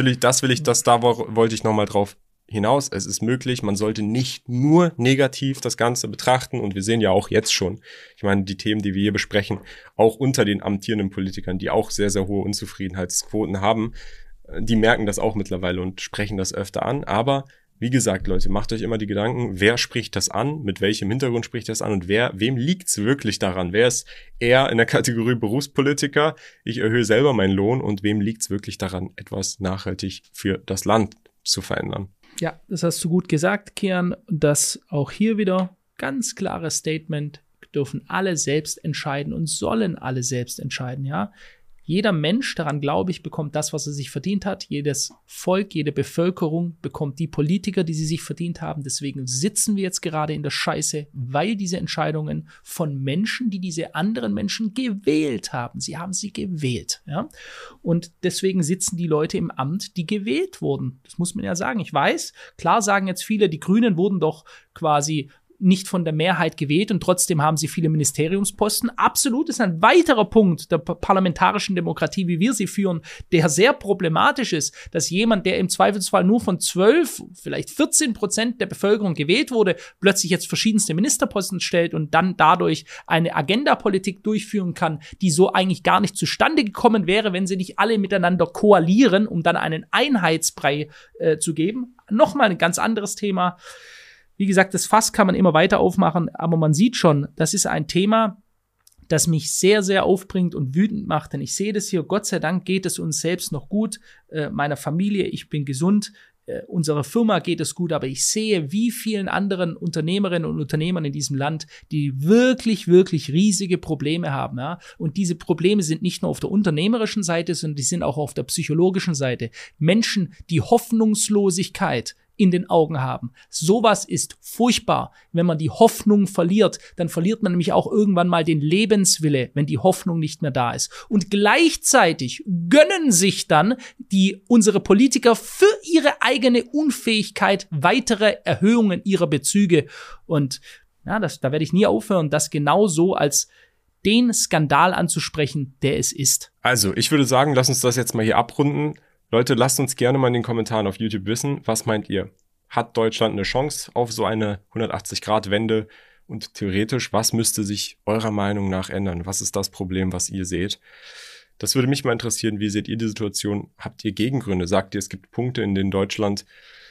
B: wollte ich nochmal drauf hinaus. Es ist möglich, man sollte nicht nur negativ das Ganze betrachten, und wir sehen ja auch jetzt schon, ich meine, die Themen, die wir hier besprechen, auch unter den amtierenden Politikern, die auch sehr, sehr hohe Unzufriedenheitsquoten haben, die merken das auch mittlerweile und sprechen das öfter an, aber wie gesagt, Leute, macht euch immer die Gedanken, wer spricht das an, mit welchem Hintergrund spricht das an und wem liegt's wirklich daran? Wer ist eher in der Kategorie Berufspolitiker, ich erhöhe selber meinen Lohn, und wem liegt's wirklich daran, etwas nachhaltig für das Land zu verändern?
A: Ja, das hast du gut gesagt, Kian. Das auch hier wieder ganz klares Statement. Dürfen alle selbst entscheiden und sollen alle selbst entscheiden, ja. Jeder Mensch, daran glaube ich, bekommt das, was er sich verdient hat. Jedes Volk, jede Bevölkerung bekommt die Politiker, die sie sich verdient haben. Deswegen sitzen wir jetzt gerade in der Scheiße, weil diese Entscheidungen von Menschen, die diese anderen Menschen gewählt haben. Sie haben sie gewählt, ja. Und deswegen sitzen die Leute im Amt, die gewählt wurden. Das muss man ja sagen. Ich weiß, klar sagen jetzt viele, die Grünen wurden doch quasi nicht von der Mehrheit gewählt und trotzdem haben sie viele Ministeriumsposten. Absolut, ist ein weiterer Punkt der parlamentarischen Demokratie, wie wir sie führen, der sehr problematisch ist, dass jemand, der im Zweifelsfall nur von 12, vielleicht 14% der Bevölkerung gewählt wurde, plötzlich jetzt verschiedenste Ministerposten stellt und dann dadurch eine Agendapolitik durchführen kann, die so eigentlich gar nicht zustande gekommen wäre, wenn sie nicht alle miteinander koalieren, um dann einen Einheitsbrei zu geben. Nochmal ein ganz anderes Thema. Wie gesagt, das Fass kann man immer weiter aufmachen, aber man sieht schon, das ist ein Thema, das mich sehr, sehr aufbringt und wütend macht, denn ich sehe das hier, Gott sei Dank geht es uns selbst noch gut, meiner Familie, ich bin gesund, unserer Firma geht es gut, aber ich sehe, wie vielen anderen Unternehmerinnen und Unternehmern in diesem Land, die wirklich, wirklich riesige Probleme haben, ja, und diese Probleme sind nicht nur auf der unternehmerischen Seite, sondern die sind auch auf der psychologischen Seite. Menschen, die Hoffnungslosigkeit in den Augen haben. Sowas ist furchtbar. Wenn man die Hoffnung verliert, dann verliert man nämlich auch irgendwann mal den Lebenswille, wenn die Hoffnung nicht mehr da ist. Und gleichzeitig gönnen sich dann unsere Politiker für ihre eigene Unfähigkeit weitere Erhöhungen ihrer Bezüge. Und ja, da werde ich nie aufhören, das genauso als den Skandal anzusprechen, der es ist.
B: Also, ich würde sagen, lass uns das jetzt mal hier abrunden. Leute, lasst uns gerne mal in den Kommentaren auf YouTube wissen, was meint ihr? Hat Deutschland eine Chance auf so eine 180-Grad-Wende? Und theoretisch, was müsste sich eurer Meinung nach ändern? Was ist das Problem, was ihr seht? Das würde mich mal interessieren. Wie seht ihr die Situation? Habt ihr Gegengründe? Sagt ihr, es gibt Punkte, in denen Deutschland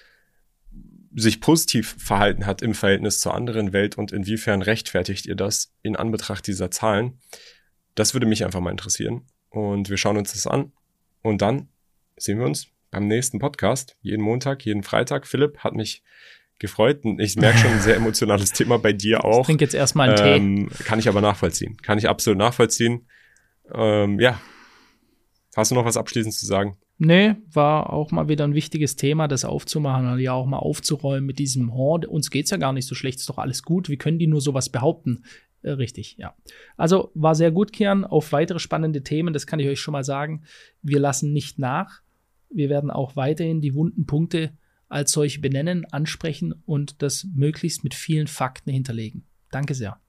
B: sich positiv verhalten hat im Verhältnis zur anderen Welt? Und inwiefern rechtfertigt ihr das in Anbetracht dieser Zahlen? Das würde mich einfach mal interessieren. Und wir schauen uns das an. Und dann sehen wir uns beim nächsten Podcast. Jeden Montag, jeden Freitag. Philipp, hat mich gefreut. Ich merke schon ein sehr emotionales Thema bei dir auch.
A: Ich trinke jetzt erstmal einen Tee.
B: Kann ich aber nachvollziehen. Kann ich absolut nachvollziehen. Ja. Hast du noch was abschließend zu sagen?
A: Nee, war auch mal wieder ein wichtiges Thema, das aufzumachen und ja auch mal aufzuräumen mit diesem Uns geht's ja gar nicht so schlecht, ist doch alles gut. Wie können die nur sowas behaupten? Richtig, ja. Also war sehr gut, Kian, auf weitere spannende Themen, das kann ich euch schon mal sagen. Wir lassen nicht nach. Wir werden auch weiterhin die wunden Punkte als solche benennen, ansprechen und das möglichst mit vielen Fakten hinterlegen. Danke sehr.